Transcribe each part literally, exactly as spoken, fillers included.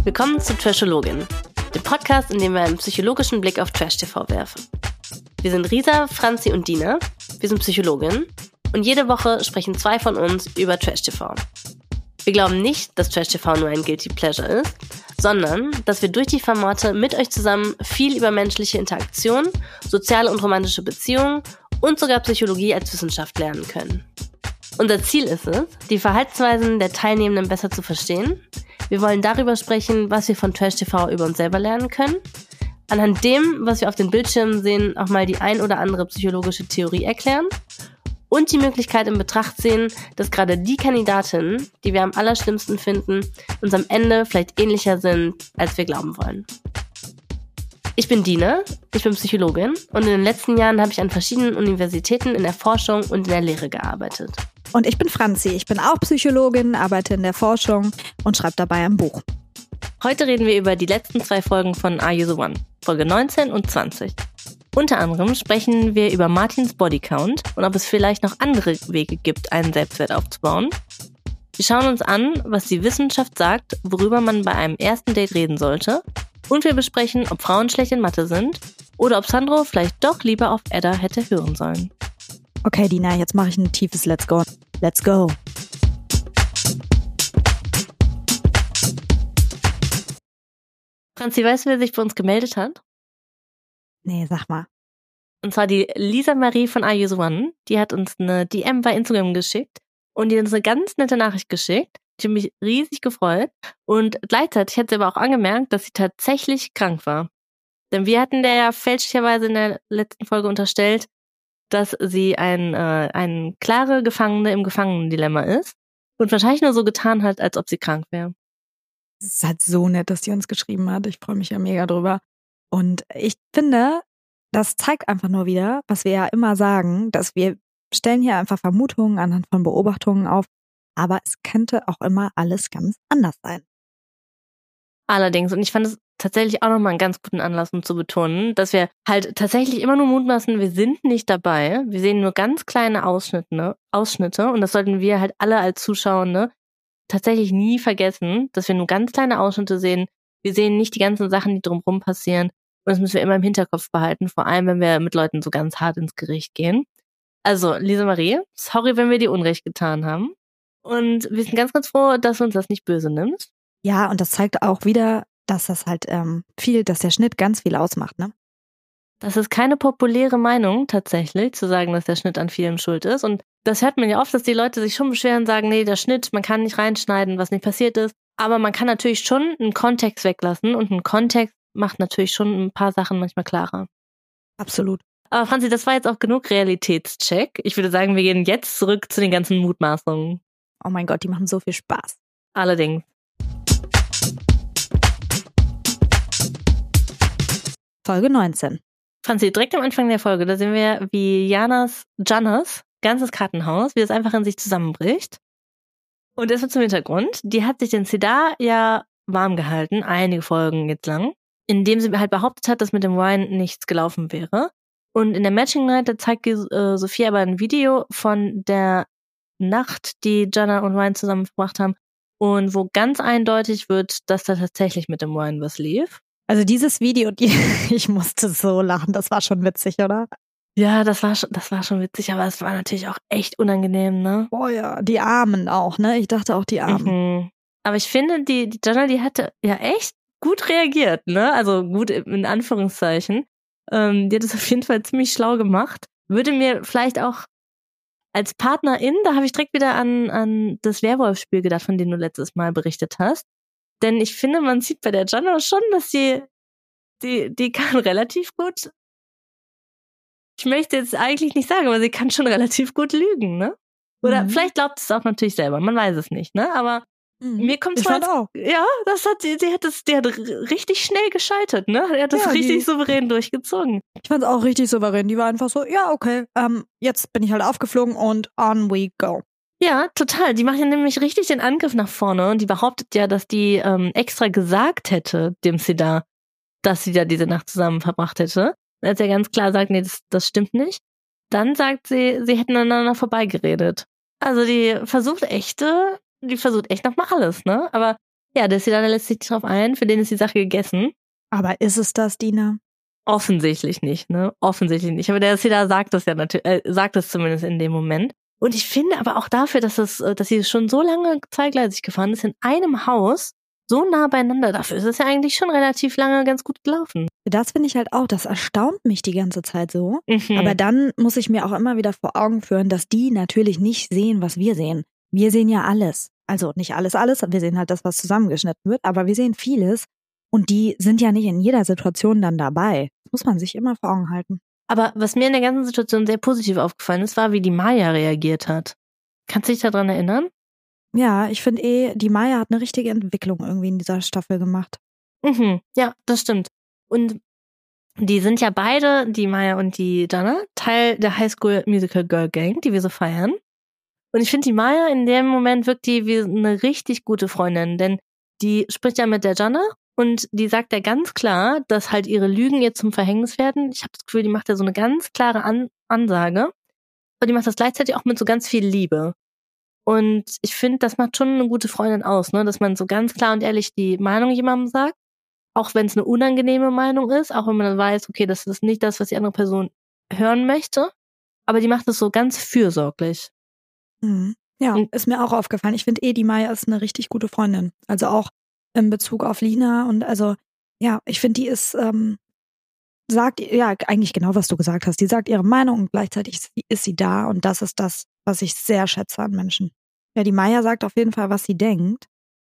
Willkommen zu Trashologin, dem Podcast, in dem wir einen psychologischen Blick auf Trash-T V werfen. Wir sind Risa, Franzi und Dina, wir sind Psychologinnen und jede Woche sprechen zwei von uns über Trash-T V. Wir glauben nicht, dass Trash-T V nur ein Guilty Pleasure ist, sondern dass wir durch die Formate mit euch zusammen viel über menschliche Interaktion, soziale und romantische Beziehungen und sogar Psychologie als Wissenschaft lernen können. Unser Ziel ist es, die Verhaltensweisen der Teilnehmenden besser zu verstehen. Wir wollen darüber sprechen, was wir von Trash-T V über uns selber lernen können. Anhand dem, was wir auf den Bildschirmen sehen, auch mal die ein oder andere psychologische Theorie erklären. Und die Möglichkeit in Betracht ziehen, dass gerade die Kandidatinnen, die wir am allerschlimmsten finden, uns am Ende vielleicht ähnlicher sind, als wir glauben wollen. Ich bin Dina, ich bin Psychologin und in den letzten Jahren habe ich an verschiedenen Universitäten in der Forschung und in der Lehre gearbeitet. Und ich bin Franzi, ich bin auch Psychologin, arbeite in der Forschung und schreibe dabei ein Buch. Heute reden wir über die letzten zwei Folgen von Are You The One, Folge neunzehn und zwanzig. Unter anderem sprechen wir über Martins Bodycount und ob es vielleicht noch andere Wege gibt, einen Selbstwert aufzubauen. Wir schauen uns an, was die Wissenschaft sagt, worüber man bei einem ersten Date reden sollte. Und wir besprechen, ob Frauen schlecht in Mathe sind oder ob Sandro vielleicht doch lieber auf Edda hätte hören sollen. Okay, Dina, jetzt mache ich ein tiefes Let's Go. Let's go. Franzi, weißt du, wer sich bei uns gemeldet hat? Nee, sag mal. Und zwar die Lisa Marie von Are You The One. Die hat uns eine D M bei Instagram geschickt und die hat uns eine ganz nette Nachricht geschickt. Ich habe mich riesig gefreut und gleichzeitig hat sie aber auch angemerkt, dass sie tatsächlich krank war. Denn wir hatten der ja fälschlicherweise in der letzten Folge unterstellt, dass sie ein, äh, ein klare Gefangene im Gefangenendilemma ist und wahrscheinlich nur so getan hat, als ob sie krank wäre. Es ist halt so nett, dass sie uns geschrieben hat. Ich freue mich ja mega drüber. Und ich finde, das zeigt einfach nur wieder, was wir ja immer sagen, dass wir stellen hier einfach Vermutungen anhand von Beobachtungen auf, aber es könnte auch immer alles ganz anders sein. Allerdings, und ich fand es tatsächlich auch nochmal einen ganz guten Anlass, um zu betonen, dass wir halt tatsächlich immer nur mutmaßen, wir sind nicht dabei. Wir sehen nur ganz kleine Ausschnitte, Ausschnitte und das sollten wir halt alle als Zuschauende tatsächlich nie vergessen, dass wir nur ganz kleine Ausschnitte sehen. Wir sehen nicht die ganzen Sachen, die drumherum passieren. Und das müssen wir immer im Hinterkopf behalten, vor allem, wenn wir mit Leuten so ganz hart ins Gericht gehen. Also, Lisa Marie, sorry, wenn wir dir Unrecht getan haben. Und wir sind ganz, ganz froh, dass du uns das nicht böse nimmst. Ja, und das zeigt auch wieder, dass das halt ähm, viel, dass der Schnitt ganz viel ausmacht, ne? Das ist keine populäre Meinung tatsächlich, zu sagen, dass der Schnitt an vielem schuld ist. Und das hört man ja oft, dass die Leute sich schon beschweren und sagen, nee, der Schnitt, man kann nicht reinschneiden, was nicht passiert ist. Aber man kann natürlich schon einen Kontext weglassen und ein Kontext macht natürlich schon ein paar Sachen manchmal klarer. Absolut. Aber Franzi, das war jetzt auch genug Realitätscheck. Ich würde sagen, wir gehen jetzt zurück zu den ganzen Mutmaßungen. Oh mein Gott, die machen so viel Spaß. Allerdings. Folge neunzehn. Franzi, direkt am Anfang der Folge, da sehen wir, wie Janas, Janas ganzes Kartenhaus, wie das einfach in sich zusammenbricht. Und erstmal zum Hintergrund. Die hat sich den Cedar ja warm gehalten, einige Folgen jetzt lang, indem sie halt behauptet hat, dass mit dem Ryan nichts gelaufen wäre. Und in der Matching Night, da zeigt äh, Sophia aber ein Video von der Nacht, die Jana und Ryan zusammen verbracht haben und wo ganz eindeutig wird, dass da tatsächlich mit dem Ryan was lief. Also dieses Video, die, ich musste so lachen, das war schon witzig, oder? Ja, das war schon, das war schon witzig, aber es war natürlich auch echt unangenehm, ne? Oh ja, die Armen auch, ne? Ich dachte auch die Armen. Mhm. Aber ich finde, die, die Jana, die hatte ja echt gut reagiert, ne? Also gut in Anführungszeichen. Ähm, die hat es auf jeden Fall ziemlich schlau gemacht. Würde mir vielleicht auch als Partnerin, da habe ich direkt wieder an, an das Werwolf-Spiel gedacht, von dem du letztes Mal berichtet hast. Denn ich finde, man sieht bei der Jana schon, dass sie, die, die kann relativ gut, ich möchte jetzt eigentlich nicht sagen, aber sie kann schon relativ gut lügen, ne? Oder mhm. vielleicht glaubt es auch natürlich selber, man weiß es nicht, ne? Aber mhm. mir kommt es auch. Ja, das hat sie, sie hat das, die hat richtig schnell geschaltet, ne? Er hat das ja, richtig die, souverän durchgezogen. Ich fand es auch richtig souverän. Die war einfach so, ja, okay, ähm, jetzt bin ich halt aufgeflogen und on we go. Ja, total. Die macht ja nämlich richtig den Angriff nach vorne und die behauptet ja, dass die ähm, extra gesagt hätte, dem Cedar, dass sie da diese Nacht zusammen verbracht hätte. Und als er ganz klar sagt, nee, das, das stimmt nicht, dann sagt sie, sie hätten aneinander vorbeigeredet. Also die versucht echte, die versucht echt nochmal alles, ne? Aber Ja, der Sidana lässt sich nicht drauf ein, für den ist die Sache gegessen. Aber ist es das, Dina? Offensichtlich nicht, ne? Offensichtlich nicht. Aber der Sidana sagt das ja natürlich, äh, sagt das zumindest in dem Moment. Und ich finde aber auch dafür, dass das, dass sie schon so lange zweigleisig gefahren ist, in einem Haus, so nah beieinander, dafür ist es ja eigentlich schon relativ lange ganz gut gelaufen. Das finde ich halt auch, das erstaunt mich die ganze Zeit so. Mhm. Aber dann muss ich mir auch immer wieder vor Augen führen, dass die natürlich nicht sehen, was wir sehen. Wir sehen ja alles. Also nicht alles, alles. Wir sehen halt das, was zusammengeschnitten wird, aber wir sehen vieles. Und die sind ja nicht in jeder Situation dann dabei. Das muss man sich immer vor Augen halten. Aber was mir in der ganzen Situation sehr positiv aufgefallen ist, war, wie die Maya reagiert hat. Kannst du dich daran erinnern? Ja, ich finde eh, die Maya hat eine richtige Entwicklung irgendwie in dieser Staffel gemacht. Mhm, ja, das stimmt. Und die sind ja beide, die Maya und die Jana, Teil der High School Musical Girl Gang, die wir so feiern. Und ich finde, die Maya in dem Moment wirkt die wie eine richtig gute Freundin, denn die spricht ja mit der Jana und die sagt ja ganz klar, dass halt ihre Lügen ihr zum Verhängnis werden. Ich habe das Gefühl, die macht ja so eine ganz klare An- Ansage, aber die macht das gleichzeitig auch mit so ganz viel Liebe. Und ich finde, das macht schon eine gute Freundin aus, ne, dass man so ganz klar und ehrlich die Meinung jemandem sagt, auch wenn es eine unangenehme Meinung ist, auch wenn man dann weiß, okay, das ist nicht das, was die andere Person hören möchte, aber die macht es so ganz fürsorglich. Mhm. Ja, Und ist mir auch aufgefallen. Ich finde eh, die Maya ist eine richtig gute Freundin. Also auch in Bezug auf Lina und also, ja, ich finde, die ist, ähm, sagt, ja, eigentlich genau, was du gesagt hast. Die sagt ihre Meinung und gleichzeitig ist sie, ist sie da und das ist das, was ich sehr schätze an Menschen. Ja, die Maya sagt auf jeden Fall, was sie denkt.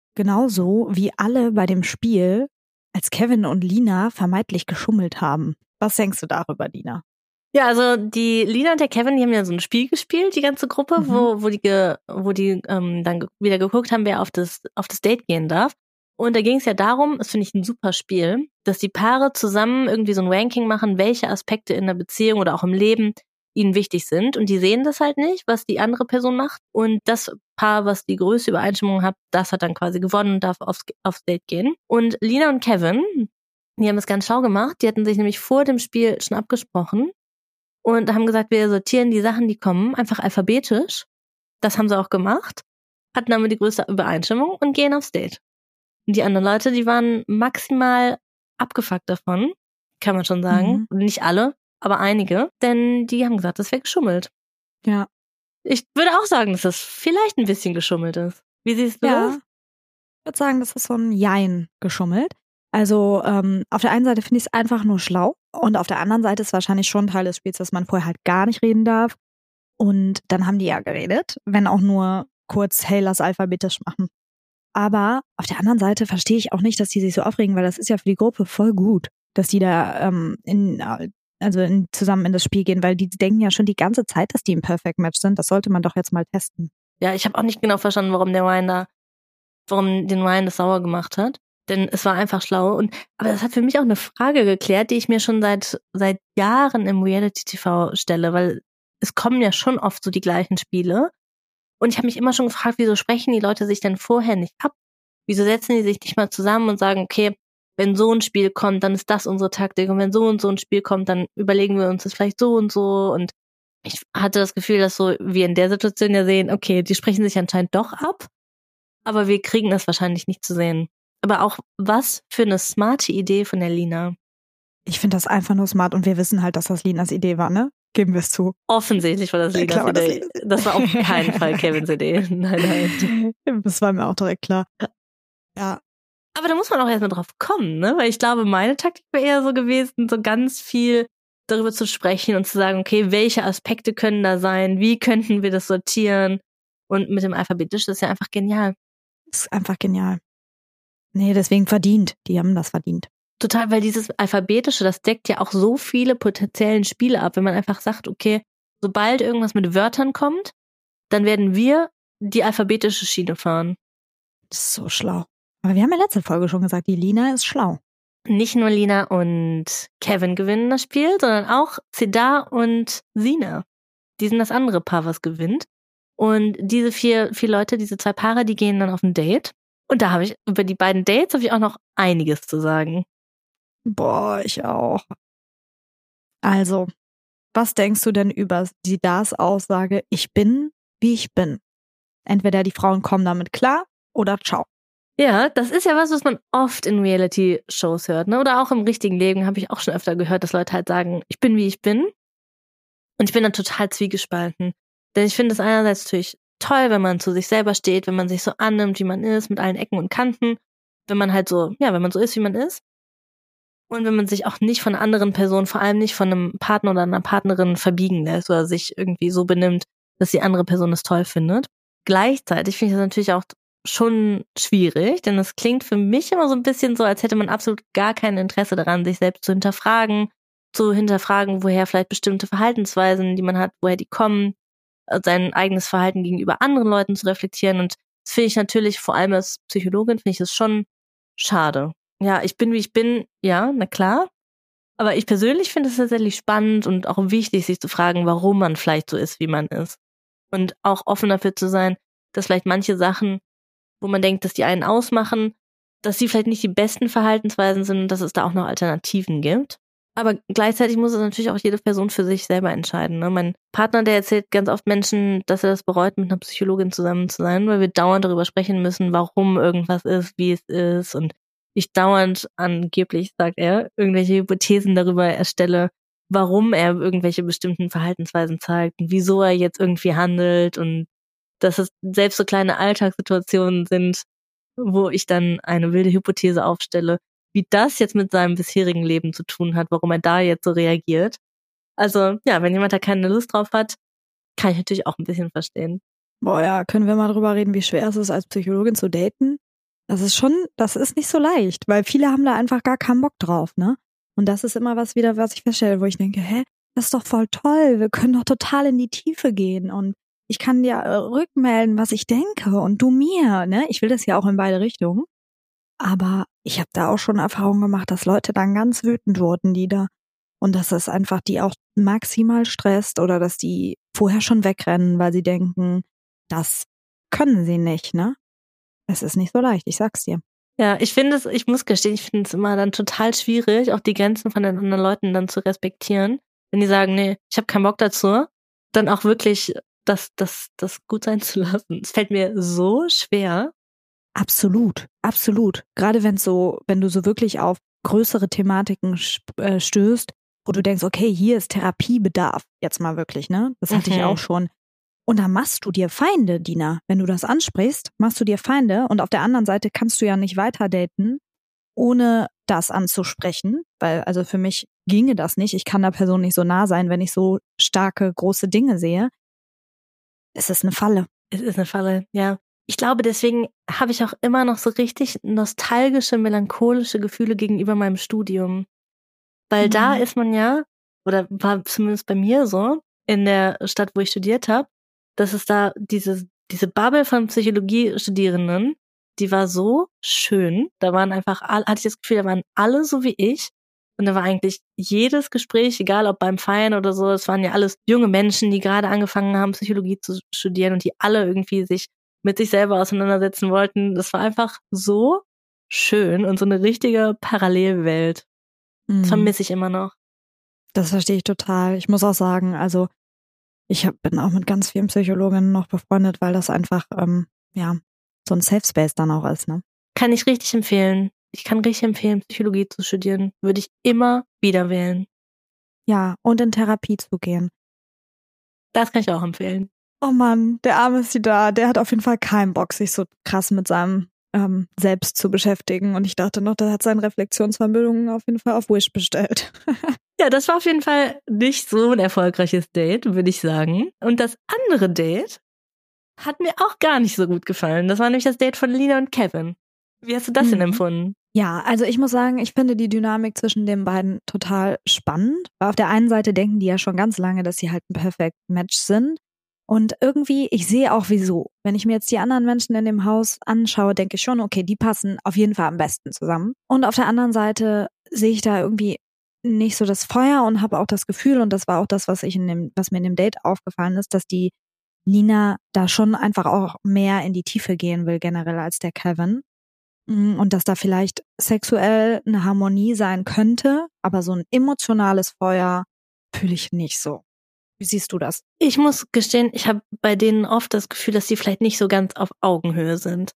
Genauso wie alle bei dem Spiel, als Kevin und Lina vermeintlich geschummelt haben. Was denkst du darüber, Dina? ja, also die Lina und der Kevin, die haben ja so ein Spiel gespielt, die ganze Gruppe, Mhm. wo wo die ge, wo die ähm, dann ge- wieder geguckt haben, wer auf das auf das Date gehen darf. Und da ging es ja darum, das finde ich ein super Spiel, dass die Paare zusammen irgendwie so ein Ranking machen, welche Aspekte in der Beziehung oder auch im Leben ihnen wichtig sind. Und die sehen das halt nicht, was die andere Person macht. Und das Paar, was die größte Übereinstimmung hat, das hat dann quasi gewonnen und darf aufs, aufs Date gehen. Und Lina und Kevin, die haben das ganz schlau gemacht. Die hatten sich nämlich vor dem Spiel schon abgesprochen und haben gesagt, wir sortieren die Sachen, die kommen, einfach alphabetisch. Das haben sie auch gemacht, hatten damit die größte Übereinstimmung und gehen aufs Date. Und die anderen Leute, die waren maximal abgefuckt davon, kann man schon sagen. Mhm. Nicht alle, aber einige, denn die haben gesagt, das wäre geschummelt. Ja. Ich würde auch sagen, dass das vielleicht ein bisschen geschummelt ist. Wie siehst du Ja. das? Ich würde sagen, das ist so ein Jein geschummelt. Also ähm, auf der einen Seite finde ich es einfach nur schlau und auf der anderen Seite ist wahrscheinlich schon Teil des Spiels, dass man vorher halt gar nicht reden darf. Und dann haben die ja geredet, wenn auch nur kurz, hey, lass alphabetisch machen. Aber auf der anderen Seite verstehe ich auch nicht, dass die sich so aufregen, weil das ist ja für die Gruppe voll gut, dass die da ähm, in, also in, zusammen in das Spiel gehen, weil die denken ja schon die ganze Zeit, dass die im Perfect Match sind. Das sollte man doch jetzt mal testen. Ja, ich habe auch nicht genau verstanden, warum der Ryan da, warum den Ryan das sauer gemacht hat. Denn es war einfach schlau. Und aber das hat für mich auch eine Frage geklärt, die ich mir schon seit seit Jahren im Reality-T V stelle, weil es kommen ja schon oft so die gleichen Spiele. Und ich habe mich immer schon gefragt, wieso sprechen die Leute sich denn vorher nicht ab? Wieso setzen die sich nicht mal zusammen und sagen, okay, wenn so ein Spiel kommt, dann ist das unsere Taktik. Und wenn so und so ein Spiel kommt, dann überlegen wir uns das vielleicht so und so. Und ich hatte das Gefühl, dass so wir in der Situation ja sehen, okay, die sprechen sich anscheinend doch ab, aber wir kriegen das wahrscheinlich nicht zu sehen. Aber auch was für eine smarte Idee von der Lina. Ich finde das einfach nur smart und wir wissen halt, dass das Linas Idee war, ne? Geben wir es zu. Offensichtlich war das Ja, Linas klar war das Idee. Linas Idee. Das war auf keinen Fall Kevins Idee. Nein, nein. Das war mir auch direkt klar. Ja. Aber da muss man auch erstmal drauf kommen, ne? Weil ich glaube, meine Taktik wäre eher so gewesen, so ganz viel darüber zu sprechen und zu sagen, okay, welche Aspekte können da sein? Wie könnten wir das sortieren? Und mit dem Alphabetisch, das ist ja einfach genial. Das ist einfach genial. Nee, deswegen verdient. Die haben das verdient. Total, weil dieses Alphabetische, das deckt ja auch so viele potenziellen Spiele ab. Wenn man einfach sagt, okay, sobald irgendwas mit Wörtern kommt, dann werden wir die alphabetische Schiene fahren. Das ist so schlau. Aber wir haben ja letzte Folge schon gesagt, die Lina ist schlau. Nicht nur Lina und Kevin gewinnen das Spiel, sondern auch Sidar und Sina. Die sind das andere Paar, was gewinnt. Und diese vier, vier Leute, diese zwei Paare, die gehen dann auf ein Date. Und da habe ich, über die beiden Dates habe ich auch noch einiges zu sagen. Boah, ich auch. Also, was denkst du denn über Sidars Aussage, ich bin, wie ich bin? Entweder die Frauen kommen damit klar oder ciao. Ja, das ist ja was, was man oft in Reality-Shows hört, ne? Oder auch im richtigen Leben habe ich auch schon öfter gehört, dass Leute halt sagen, ich bin, wie ich bin. Und ich bin dann total zwiegespalten. Denn ich finde es einerseits natürlich toll, wenn man zu sich selber steht, wenn man sich so annimmt, wie man ist, mit allen Ecken und Kanten. Wenn man halt so, ja, wenn man so ist, wie man ist. Und wenn man sich auch nicht von anderen Personen, vor allem nicht von einem Partner oder einer Partnerin verbiegen lässt oder sich irgendwie so benimmt, dass die andere Person es toll findet. Gleichzeitig finde ich das natürlich auch schon schwierig, denn es klingt für mich immer so ein bisschen so, als hätte man absolut gar kein Interesse daran, sich selbst zu hinterfragen, zu hinterfragen, woher vielleicht bestimmte Verhaltensweisen, die man hat, woher die kommen, sein eigenes Verhalten gegenüber anderen Leuten zu reflektieren. Und das finde ich natürlich, vor allem als Psychologin, finde ich das schon schade. Ja, ich bin, wie ich bin, ja, na klar. Aber ich persönlich finde es tatsächlich spannend und auch wichtig, sich zu fragen, warum man vielleicht so ist, wie man ist. Und auch offen dafür zu sein, dass vielleicht manche Sachen, wo man denkt, dass die einen ausmachen, dass sie vielleicht nicht die besten Verhaltensweisen sind und dass es da auch noch Alternativen gibt. Aber gleichzeitig muss es natürlich auch jede Person für sich selber entscheiden. Ne? Mein Partner, der erzählt ganz oft Menschen, dass er das bereut, mit einer Psychologin zusammen zu sein, weil wir dauernd darüber sprechen müssen, warum irgendwas ist, wie es ist. Und ich dauernd angeblich, sagt er, irgendwelche Hypothesen darüber erstelle, warum er irgendwelche bestimmten Verhaltensweisen zeigt und wieso er jetzt irgendwie handelt und dass es selbst so kleine Alltagssituationen sind, wo ich dann eine wilde Hypothese aufstelle, wie das jetzt mit seinem bisherigen Leben zu tun hat, warum er da jetzt so reagiert. Also ja, wenn jemand da keine Lust drauf hat, kann ich natürlich auch ein bisschen verstehen. Boah, ja, können wir mal drüber reden, wie schwer es ist, als Psychologin zu daten? Das ist schon, das ist nicht so leicht, weil viele haben da einfach gar keinen Bock drauf, ne? Und das ist immer was wieder, was ich feststelle, wo ich denke, hä, das ist doch voll toll, wir können doch total in die Tiefe gehen und ich kann dir äh, rückmelden, was ich denke und du mir, ne? Ich will das ja auch in beide Richtungen. Aber ich habe da auch schon Erfahrungen gemacht, dass Leute dann ganz wütend wurden, die da. Und dass das einfach die auch maximal stresst oder dass die vorher schon wegrennen, weil sie denken, das können sie nicht, ne? Es ist nicht so leicht, ich sag's dir. Ja, ich finde es, ich muss gestehen, ich finde es immer dann total schwierig, auch die Grenzen von den anderen Leuten dann zu respektieren. Wenn die sagen, nee, ich habe keinen Bock dazu, dann auch wirklich das, das, das gut sein zu lassen. Es fällt mir so schwer. Absolut, absolut. Gerade wenn so, wenn du so wirklich auf größere Thematiken stößt, wo du denkst, okay, hier ist Therapiebedarf, jetzt mal wirklich, ne? Das hatte mhm. ich auch schon. Und da machst du dir Feinde, Dina. Wenn du das ansprichst, machst du dir Feinde. Und auf der anderen Seite kannst du ja nicht weiter daten, ohne das anzusprechen. Weil, also für mich ginge das nicht. Ich kann der Person nicht so nah sein, wenn ich so starke, große Dinge sehe. Es ist eine Falle. Es ist eine Falle, ja. Ich glaube, deswegen habe ich auch immer noch so richtig nostalgische, melancholische Gefühle gegenüber meinem Studium. Weil mhm. da ist man ja, oder war zumindest bei mir so, in der Stadt, wo ich studiert habe, dass es da diese, diese Bubble von Psychologiestudierenden, die war so schön. Da waren einfach, alle, hatte ich das Gefühl, da waren alle so wie ich. Und da war eigentlich jedes Gespräch, egal ob beim Feiern oder so, es waren ja alles junge Menschen, die gerade angefangen haben, Psychologie zu studieren und die alle irgendwie sich mit sich selber auseinandersetzen wollten. Das war einfach so schön und so eine richtige Parallelwelt. Mhm. Das vermisse ich immer noch. Das verstehe ich total. Ich muss auch sagen, also ich hab, bin auch mit ganz vielen Psychologinnen noch befreundet, weil das einfach, ähm, ja, so ein Safe Space dann auch ist, ne? Kann ich richtig empfehlen. Ich kann richtig empfehlen, Psychologie zu studieren. Würde ich immer wieder wählen. Ja, und in Therapie zu gehen. Das kann ich auch empfehlen. Oh Mann, der Arme ist da. Der hat auf jeden Fall keinen Bock, sich so krass mit seinem ähm, Selbst zu beschäftigen. Und ich dachte noch, der hat seine Reflexionsvermögen auf jeden Fall auf Wish bestellt. Ja, das war auf jeden Fall nicht so ein erfolgreiches Date, würde ich sagen. Und das andere Date hat mir auch gar nicht so gut gefallen. Das war nämlich das Date von Lina und Kevin. Wie hast du das mhm. denn empfunden? Ja, also ich muss sagen, ich finde die Dynamik zwischen den beiden total spannend. Weil auf der einen Seite denken die ja schon ganz lange, dass sie halt ein perfekt Match sind. Und irgendwie, ich sehe auch wieso. Wenn ich mir jetzt die anderen Menschen in dem Haus anschaue, denke ich schon, okay, die passen auf jeden Fall am besten zusammen. Und auf der anderen Seite sehe ich da irgendwie nicht so das Feuer und habe auch das Gefühl, und das war auch das, was ich in dem, was mir in dem Date aufgefallen ist, dass die Lina da schon einfach auch mehr in die Tiefe gehen will, generell als der Kevin. Und dass da vielleicht sexuell eine Harmonie sein könnte, aber so ein emotionales Feuer fühle ich nicht so. Wie siehst du das? Ich muss gestehen, ich habe bei denen oft das Gefühl, dass die vielleicht nicht so ganz auf Augenhöhe sind.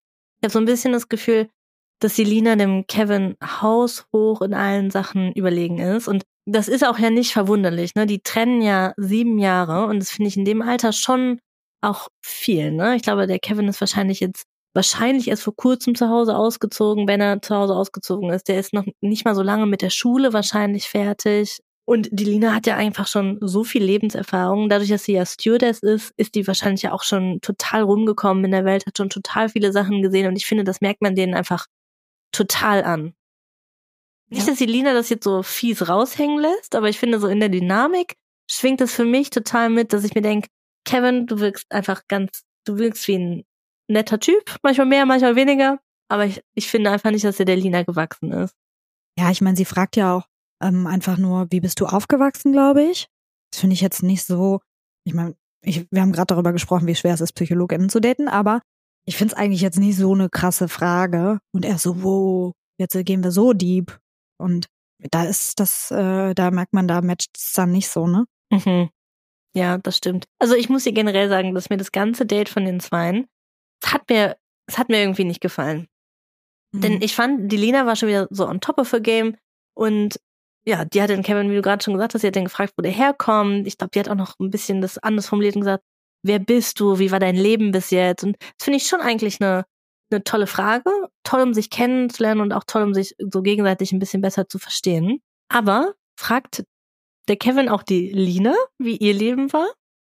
Ich habe so ein bisschen das Gefühl, dass die Lina dem Kevin haushoch in allen Sachen überlegen ist. Und das ist auch ja nicht verwunderlich, ne? Die trennen ja sieben Jahre und das finde ich in dem Alter schon auch viel, ne? Ich glaube, der Kevin ist wahrscheinlich jetzt, wahrscheinlich erst vor kurzem zu Hause ausgezogen, wenn er zu Hause ausgezogen ist. Der ist noch nicht mal so lange mit der Schule wahrscheinlich fertig. Und die Lina hat ja einfach schon so viel Lebenserfahrung. Dadurch, dass sie ja Stewardess ist, ist die wahrscheinlich ja auch schon total rumgekommen in der Welt, hat schon total viele Sachen gesehen. Und ich finde, das merkt man denen einfach total an. Nicht, dass die Lina das jetzt so fies raushängen lässt, aber ich finde, so in der Dynamik schwingt es für mich total mit, dass ich mir denke, Kevin, du wirkst einfach ganz, du wirkst wie ein netter Typ, manchmal mehr, manchmal weniger, aber ich, ich finde einfach nicht, dass er der Lina gewachsen ist. Ja, ich meine, sie fragt ja auch ähm, einfach nur, wie bist du aufgewachsen, glaube ich. Das finde ich jetzt nicht so, ich meine, ich, wir haben gerade darüber gesprochen, wie schwer es ist, PsychologInnen zu daten, aber ich finde es eigentlich jetzt nicht so eine krasse Frage. Und er so, wow, jetzt gehen wir so deep. Und da ist das, äh, da merkt man, da matcht es dann nicht so, ne? Mhm. Ja, das stimmt. Also ich muss dir generell sagen, dass mir das ganze Date von den Zweien, es hat mir, es hat mir irgendwie nicht gefallen. Mhm. Denn ich fand, die Lina war schon wieder so on top of her game und ja, die hat den Kevin, wie du gerade schon gesagt hast, sie hat den gefragt, wo der herkommt. Ich glaube, die hat auch noch ein bisschen das anders formuliert und gesagt, wer bist du, wie war dein Leben bis jetzt? Und das finde ich schon eigentlich eine, eine tolle Frage, toll, um sich kennenzulernen und auch toll, um sich so gegenseitig ein bisschen besser zu verstehen. Aber fragt der Kevin auch die Lina, wie ihr Leben war?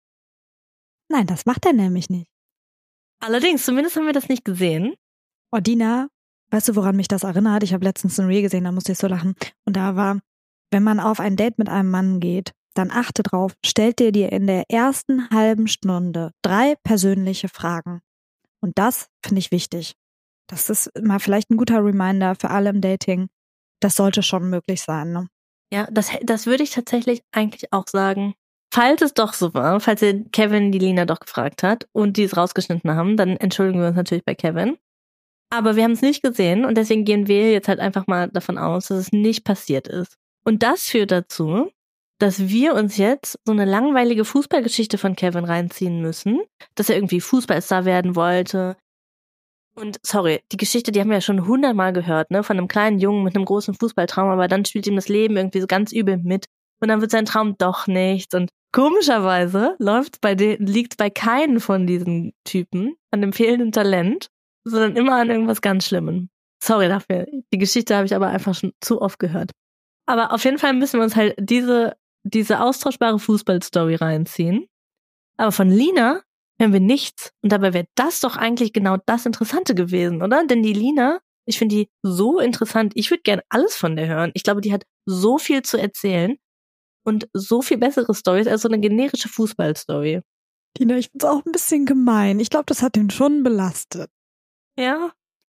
Nein, das macht er nämlich nicht. Allerdings, zumindest haben wir das nicht gesehen. Oh, Dina, weißt du, woran mich das erinnert? Ich habe letztens ein Reel gesehen, da musste ich so lachen. Und da war, wenn man auf ein Date mit einem Mann geht, dann achte drauf, stellt dir dir in der ersten halben Stunde drei persönliche Fragen. Und das finde ich wichtig. Das ist mal vielleicht ein guter Reminder für alle im Dating. Das sollte schon möglich sein, ne? Ja, das, das würde ich tatsächlich eigentlich auch sagen. Falls es doch so war, falls ihr Kevin die Lina doch gefragt hat und die es rausgeschnitten haben, dann entschuldigen wir uns natürlich bei Kevin. Aber wir haben es nicht gesehen und deswegen gehen wir jetzt halt einfach mal davon aus, dass es nicht passiert ist. Und das führt dazu, dass wir uns jetzt so eine langweilige Fußballgeschichte von Kevin reinziehen müssen, dass er irgendwie Fußballstar werden wollte. Und sorry, die Geschichte, die haben wir ja schon hundertmal gehört, ne, von einem kleinen Jungen mit einem großen Fußballtraum, aber dann spielt ihm das Leben irgendwie so ganz übel mit und dann wird sein Traum doch nichts. Und komischerweise läuft bei den, liegt bei keinen von diesen Typen an dem fehlenden Talent, sondern immer an irgendwas ganz Schlimmem. Sorry dafür, die Geschichte habe ich aber einfach schon zu oft gehört. Aber auf jeden Fall müssen wir uns halt diese diese austauschbare Fußballstory reinziehen. Aber von Lina hören wir nichts. Und dabei wäre das doch eigentlich genau das Interessante gewesen, oder? Denn die Lina, ich finde die so interessant. Ich würde gerne alles von der hören. Ich glaube, die hat so viel zu erzählen und so viel bessere Storys als so eine generische Fußballstory. Tina, ich find's auch ein bisschen gemein. Ich glaube, das hat den schon belastet. Ja?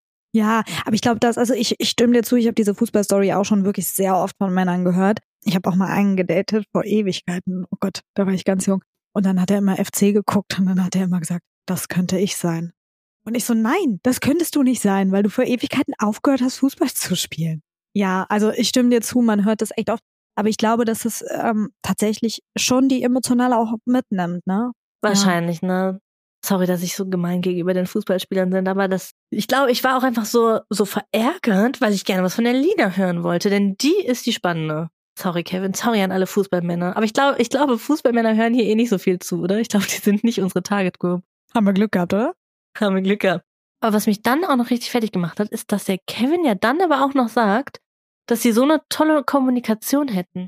Ja, aber ich glaube, das, also ich, ich stimme dir zu, ich habe diese Fußballstory auch schon wirklich sehr oft von Männern gehört. Ich habe auch mal einen gedatet vor Ewigkeiten. Oh Gott, da war ich ganz jung. Und dann hat er immer F C geguckt und dann hat er immer gesagt, das könnte ich sein. Und ich so, nein, das könntest du nicht sein, weil du vor Ewigkeiten aufgehört hast, Fußball zu spielen. Ja, also ich stimme dir zu, man hört das echt oft. Aber ich glaube, dass es ähm, tatsächlich schon die emotionale auch mitnimmt, ne? Wahrscheinlich, ja. Ne? Sorry, dass ich so gemein gegenüber den Fußballspielern bin, aber das, ich glaube, ich war auch einfach so, so verärgert, weil ich gerne was von der Lina hören wollte, denn die ist die Spannende. Sorry, Kevin, sorry an alle Fußballmänner. Aber ich glaube, ich glaube, Fußballmänner hören hier eh nicht so viel zu, oder? Ich glaube, die sind nicht unsere Target Group. Haben wir Glück gehabt, oder? Haben wir Glück gehabt. Aber was mich dann auch noch richtig fertig gemacht hat, ist, dass der Kevin ja dann aber auch noch sagt, dass sie so eine tolle Kommunikation hätten.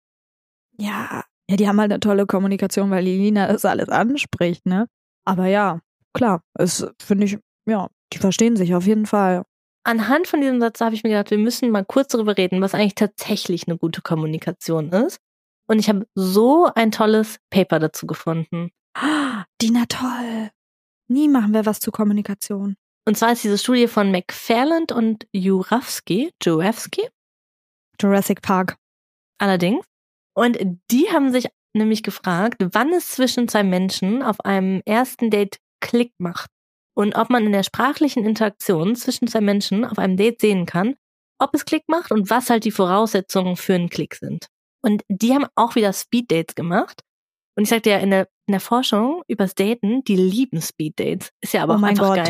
Ja, ja, die haben halt eine tolle Kommunikation, weil die Lina das alles anspricht, ne? Aber ja, klar, es finde ich, ja, die verstehen sich auf jeden Fall. Anhand von diesem Satz habe ich mir gedacht, wir müssen mal kurz darüber reden, was eigentlich tatsächlich eine gute Kommunikation ist. Und ich habe so ein tolles Paper dazu gefunden. Ah, Dina, toll. Nie machen wir was zu Kommunikation. Und zwar ist diese Studie von McFarland und Jurafsky, Jurafsky. Jurassic Park. Allerdings. Und die haben sich nämlich gefragt, wann es zwischen zwei Menschen auf einem ersten Date Klick macht. Und ob man in der sprachlichen Interaktion zwischen zwei Menschen auf einem Date sehen kann, ob es Klick macht und was halt die Voraussetzungen für einen Klick sind. Und die haben auch wieder Speeddates gemacht. Und ich sagte ja, in der, in der Forschung übers Daten, die lieben Speeddates. Ist ja aber oh auch mein einfach Gott. geil, ne?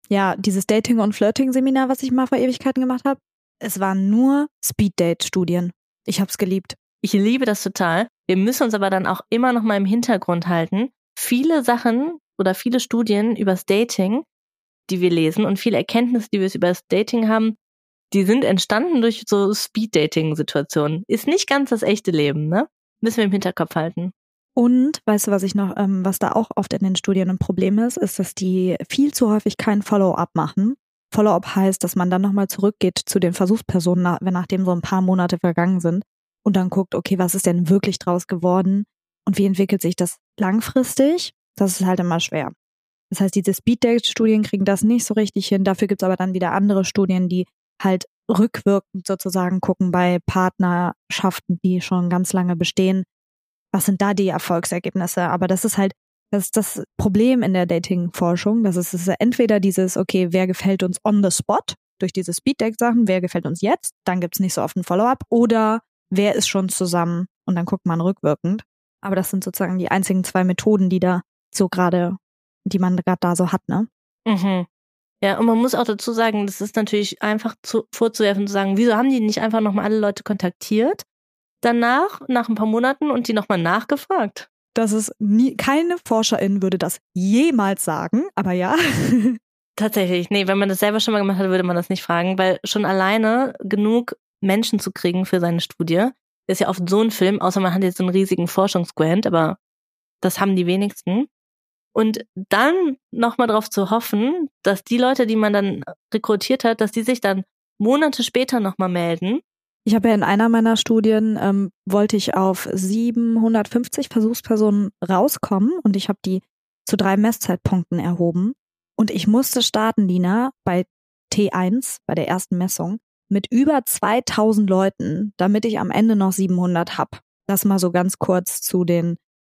ja, dieses Dating- und Flirting-Seminar, was ich mal vor Ewigkeiten gemacht habe, es waren nur Speed-Date-Studien. Ich hab's geliebt. Ich liebe das total. Wir müssen uns aber dann auch immer noch mal im Hintergrund halten. Viele Sachen oder viele Studien übers Dating, die wir lesen und viele Erkenntnisse, die wir über das Dating haben, die sind entstanden durch so Speed-Dating-Situationen. Ist nicht ganz das echte Leben, ne? Müssen wir im Hinterkopf halten. Und weißt du, was ich noch, ähm, was da auch oft in den Studien ein Problem ist, ist, dass die viel zu häufig kein Follow-up machen. Follow-up heißt, dass man dann nochmal zurückgeht zu den Versuchspersonen, nach, wenn nachdem so ein paar Monate vergangen sind und dann guckt, okay, was ist denn wirklich draus geworden und wie entwickelt sich das langfristig? Das ist halt immer schwer. Das heißt, diese Speed-Date-Studien kriegen das nicht so richtig hin. Dafür gibt's aber dann wieder andere Studien, die halt rückwirkend sozusagen gucken bei Partnerschaften, die schon ganz lange bestehen. Was sind da die Erfolgsergebnisse? Aber das ist halt, das ist das Problem in der Dating-Forschung. Das ist, das ist entweder dieses, okay, wer gefällt uns on the spot durch diese Speed-Date-Sachen, wer gefällt uns jetzt? Dann gibt's nicht so oft ein Follow-up. Oder wer ist schon zusammen? Und dann guckt man rückwirkend. Aber das sind sozusagen die einzigen zwei Methoden, die da so gerade, die man gerade da so hat, ne? Mhm. Ja, und man muss auch dazu sagen, das ist natürlich einfach zu, vorzuwerfen, zu sagen, wieso haben die nicht einfach nochmal alle Leute kontaktiert? Danach, nach ein paar Monaten und die nochmal nachgefragt. Das ist nie, keine Forscherin würde das jemals sagen, aber ja. Tatsächlich, nee, wenn man das selber schon mal gemacht hat, würde man das nicht fragen, weil schon alleine genug Menschen zu kriegen für seine Studie, ist ja oft so ein Film, außer man hat jetzt so einen riesigen Forschungsgrant, aber das haben die wenigsten. Und dann nochmal drauf zu hoffen, dass die Leute, die man dann rekrutiert hat, dass die sich dann Monate später nochmal melden. Ich habe ja in einer meiner Studien, ähm, wollte ich auf siebenhundertfünfzig Versuchspersonen rauskommen und ich habe die zu drei Messzeitpunkten erhoben. Und ich musste starten, Lina, bei T eins, bei der ersten Messung, mit über zweitausend Leuten, damit ich am Ende noch siebenhundert hab. Das mal so ganz kurz zu den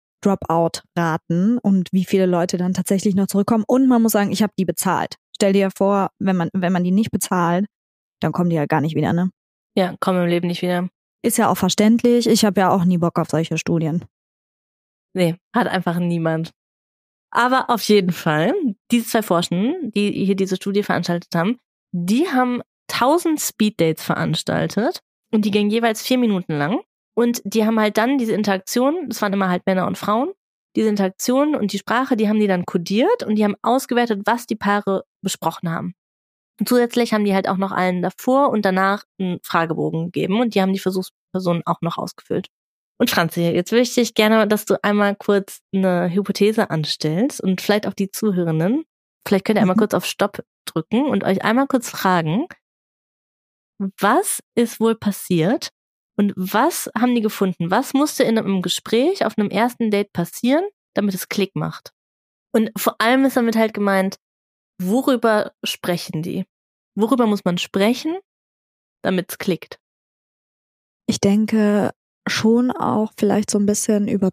Dropout-Raten und wie viele Leute dann tatsächlich noch zurückkommen. Und man muss sagen, ich habe die bezahlt. Stell dir vor, wenn man wenn man die nicht bezahlt, dann kommen die ja gar nicht wieder, ne? Ja, kommen im Leben nicht wieder. Ist ja auch verständlich. Ich habe ja auch nie Bock auf solche Studien. Nee, hat einfach niemand. Aber auf jeden Fall, diese zwei Forschenden, die hier diese Studie veranstaltet haben, die haben tausend Speeddates veranstaltet und die gingen jeweils vier Minuten lang. Und die haben halt dann diese Interaktion, das waren immer halt Männer und Frauen, diese Interaktion und die Sprache, die haben die dann kodiert und die haben ausgewertet, was die Paare besprochen haben. Und zusätzlich haben die halt auch noch allen davor und danach einen Fragebogen gegeben und die haben die Versuchspersonen auch noch ausgefüllt. Und Franzi, jetzt würde ich dich gerne, dass du einmal kurz eine Hypothese anstellst und vielleicht auch die Zuhörenden. Vielleicht könnt ihr einmal Mhm. kurz auf Stopp drücken und euch einmal kurz fragen, was ist wohl passiert und was haben die gefunden? Was musste in einem Gespräch auf einem ersten Date passieren, damit es Klick macht? Und vor allem ist damit halt gemeint, worüber sprechen die? Worüber muss man sprechen, damit es klickt? Ich denke schon auch vielleicht so ein bisschen über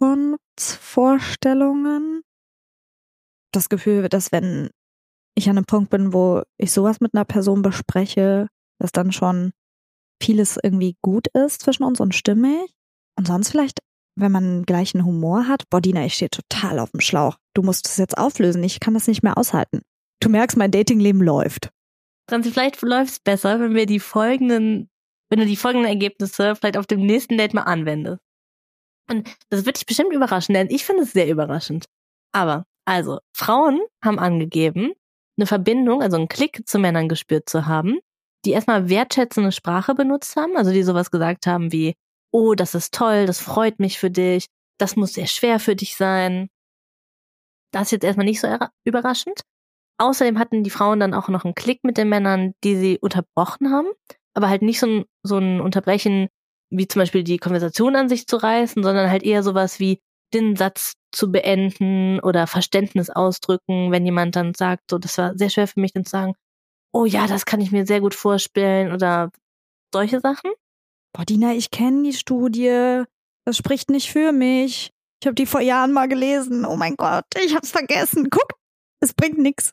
Zukunftsvorstellungen. Das Gefühl, dass wenn ich an einem Punkt bin, wo ich sowas mit einer Person bespreche, dass dann schon vieles irgendwie gut ist zwischen uns und stimmig. Und sonst vielleicht, wenn man gleichen Humor hat, boah, Dina, ich stehe total auf dem Schlauch. Du musst es jetzt auflösen, ich kann das nicht mehr aushalten. Du merkst, mein Datingleben läuft. Franzi, vielleicht läuft es besser, wenn wir die folgenden, wenn du die folgenden Ergebnisse vielleicht auf dem nächsten Date mal anwendest. Und das wird dich bestimmt überraschen, denn ich finde es sehr überraschend. Aber, also, Frauen haben angegeben, eine Verbindung, also einen Klick zu Männern gespürt zu haben, die erstmal wertschätzende Sprache benutzt haben, also die sowas gesagt haben wie, oh, das ist toll, das freut mich für dich, das muss sehr schwer für dich sein. Das ist jetzt erstmal nicht so überraschend. Außerdem hatten die Frauen dann auch noch einen Klick mit den Männern, die sie unterbrochen haben, aber halt nicht so ein, so ein Unterbrechen, wie zum Beispiel die Konversation an sich zu reißen, sondern halt eher sowas wie den Satz zu beenden oder Verständnis ausdrücken, wenn jemand dann sagt, so, das war sehr schwer für mich, dann zu sagen, oh ja, das kann ich mir sehr gut vorstellen oder solche Sachen. Boah, Dina, ich kenne die Studie. Das spricht nicht für mich. Ich habe die vor Jahren mal gelesen. Oh mein Gott, ich hab's vergessen. Guck, es bringt nix.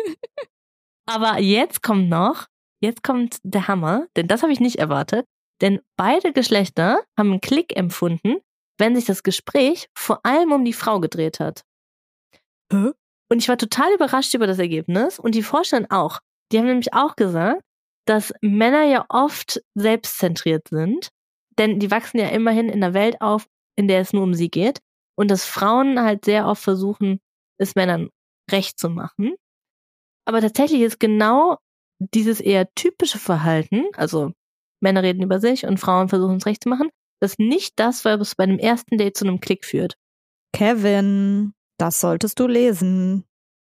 Aber jetzt kommt noch, jetzt kommt der Hammer, denn das habe ich nicht erwartet. Denn beide Geschlechter haben einen Klick empfunden, wenn sich das Gespräch vor allem um die Frau gedreht hat. Hä? Und ich war total überrascht über das Ergebnis und die Forscherin auch. Die haben nämlich auch gesagt, dass Männer ja oft selbstzentriert sind, denn die wachsen ja immerhin in einer Welt auf, in der es nur um sie geht und dass Frauen halt sehr oft versuchen, es Männern recht zu machen. Aber tatsächlich ist genau dieses eher typische Verhalten, also Männer reden über sich und Frauen versuchen es recht zu machen, das nicht das, was bei einem ersten Date zu einem Klick führt. Kevin, das solltest du lesen.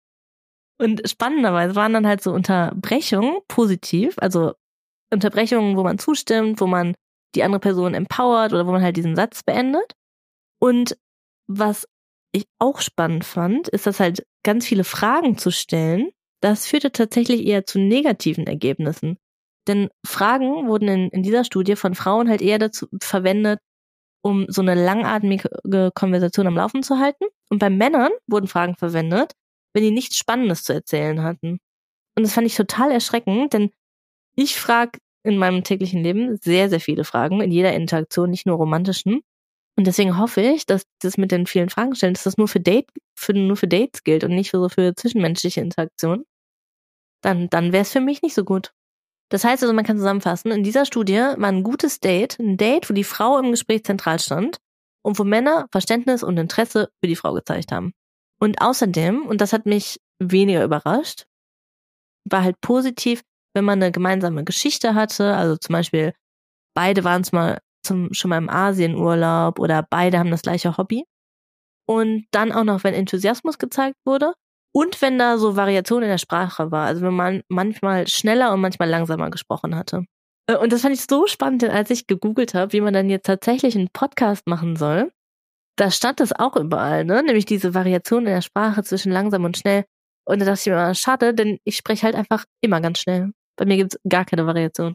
Und spannenderweise waren dann halt so Unterbrechungen positiv, also Unterbrechungen, wo man zustimmt, wo man die andere Person empowert oder wo man halt diesen Satz beendet. Und was ich auch spannend fand, ist, dass halt ganz viele Fragen zu stellen, das führte tatsächlich eher zu negativen Ergebnissen. Denn Fragen wurden in, in dieser Studie von Frauen halt eher dazu verwendet, um so eine langatmige Konversation am Laufen zu halten. Und bei Männern wurden Fragen verwendet, wenn die nichts Spannendes zu erzählen hatten. Und das fand ich total erschreckend, denn ich frage in meinem täglichen Leben sehr, sehr viele Fragen, in jeder Interaktion, nicht nur romantischen. Und deswegen hoffe ich, dass das mit den vielen Fragen stellen, dass das nur für Date, für, nur für Dates gilt und nicht für so für zwischenmenschliche Interaktionen. Dann, dann wäre es für mich nicht so gut. Das heißt also, man kann zusammenfassen, in dieser Studie war ein gutes Date, ein Date, wo die Frau im Gespräch zentral stand und wo Männer Verständnis und Interesse für die Frau gezeigt haben. Und außerdem, und das hat mich weniger überrascht, war halt positiv, wenn man eine gemeinsame Geschichte hatte, also zum Beispiel beide waren es mal zum, schon mal im Asienurlaub oder beide haben das gleiche Hobby. Und dann auch noch, wenn Enthusiasmus gezeigt wurde und wenn da so Variation in der Sprache war, also wenn man manchmal schneller und manchmal langsamer gesprochen hatte. Und das fand ich so spannend, denn als ich gegoogelt habe, wie man dann jetzt tatsächlich einen Podcast machen soll, da stand es auch überall, ne? Nämlich diese Variation in der Sprache zwischen langsam und schnell. Und da dachte ich mir, schade, denn ich spreche halt einfach immer ganz schnell. Bei mir gibt es gar keine Variation.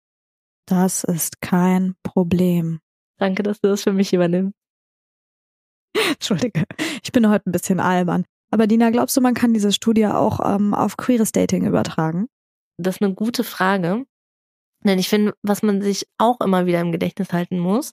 Das ist kein Problem. Danke, dass du das für mich übernimmst. Entschuldige, ich bin heute ein bisschen albern. Aber Dina, glaubst du, man kann diese Studie auch ähm, auf queeres Dating übertragen? Das ist eine gute Frage. Denn ich finde, was man sich auch immer wieder im Gedächtnis halten muss,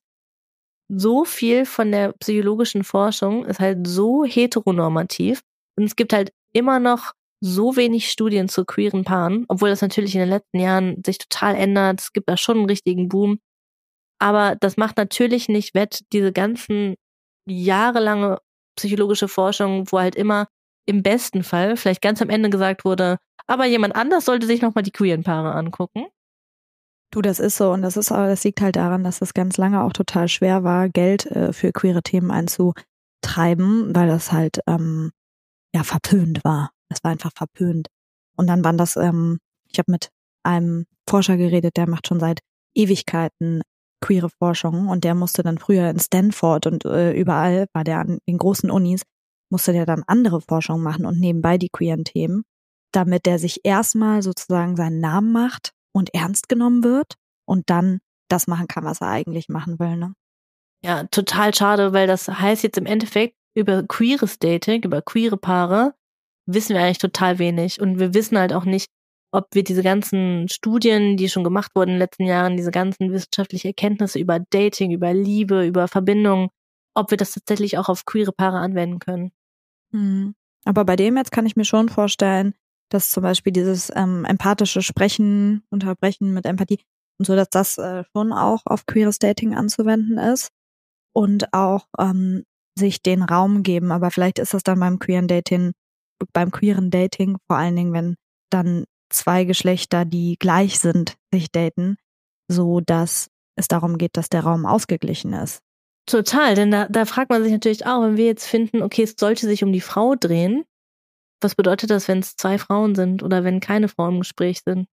so viel von der psychologischen Forschung ist halt so heteronormativ und es gibt halt immer noch so wenig Studien zu queeren Paaren, obwohl das natürlich in den letzten Jahren sich total ändert. Es gibt da schon einen richtigen Boom. Aber das macht natürlich nicht wett, diese ganzen jahrelange psychologische Forschung, wo halt immer im besten Fall vielleicht ganz am Ende gesagt wurde, aber jemand anders sollte sich nochmal die queeren Paare angucken. Du, das ist so und das ist aber, das liegt halt daran, dass es ganz lange auch total schwer war, Geld äh, für queere Themen einzutreiben, weil das halt ähm, ja verpönt war. Es war einfach verpönt. Und dann waren das, ähm, ich habe mit einem Forscher geredet, der macht schon seit Ewigkeiten queere Forschung und der musste dann früher in Stanford und äh, überall war der an den großen Unis, musste der dann andere Forschung machen und nebenbei die queeren Themen, damit der sich erstmal sozusagen seinen Namen macht und ernst genommen wird und dann das machen kann, was er eigentlich machen will, ne? Ja, total schade, weil das heißt jetzt im Endeffekt, über queeres Dating, über queere Paare, wissen wir eigentlich total wenig. Und wir wissen halt auch nicht, ob wir diese ganzen Studien, die schon gemacht wurden in den letzten Jahren, diese ganzen wissenschaftlichen Erkenntnisse über Dating, über Liebe, über Verbindungen, ob wir das tatsächlich auch auf queere Paare anwenden können. Mhm. Aber bei dem jetzt kann ich mir schon vorstellen, dass zum Beispiel dieses ähm, empathische Sprechen, Unterbrechen mit Empathie und so, dass das äh, schon auch auf queeres Dating anzuwenden ist und auch ähm, sich den Raum geben. Aber vielleicht ist das dann beim queeren Dating, beim queeren Dating vor allen Dingen, wenn dann zwei Geschlechter, die gleich sind, sich daten, so dass es darum geht, dass der Raum ausgeglichen ist. Total, denn da, da fragt man sich natürlich auch, wenn wir jetzt finden, okay, es sollte sich um die Frau drehen, was bedeutet das, wenn es zwei Frauen sind oder wenn keine Frauen im Gespräch sind?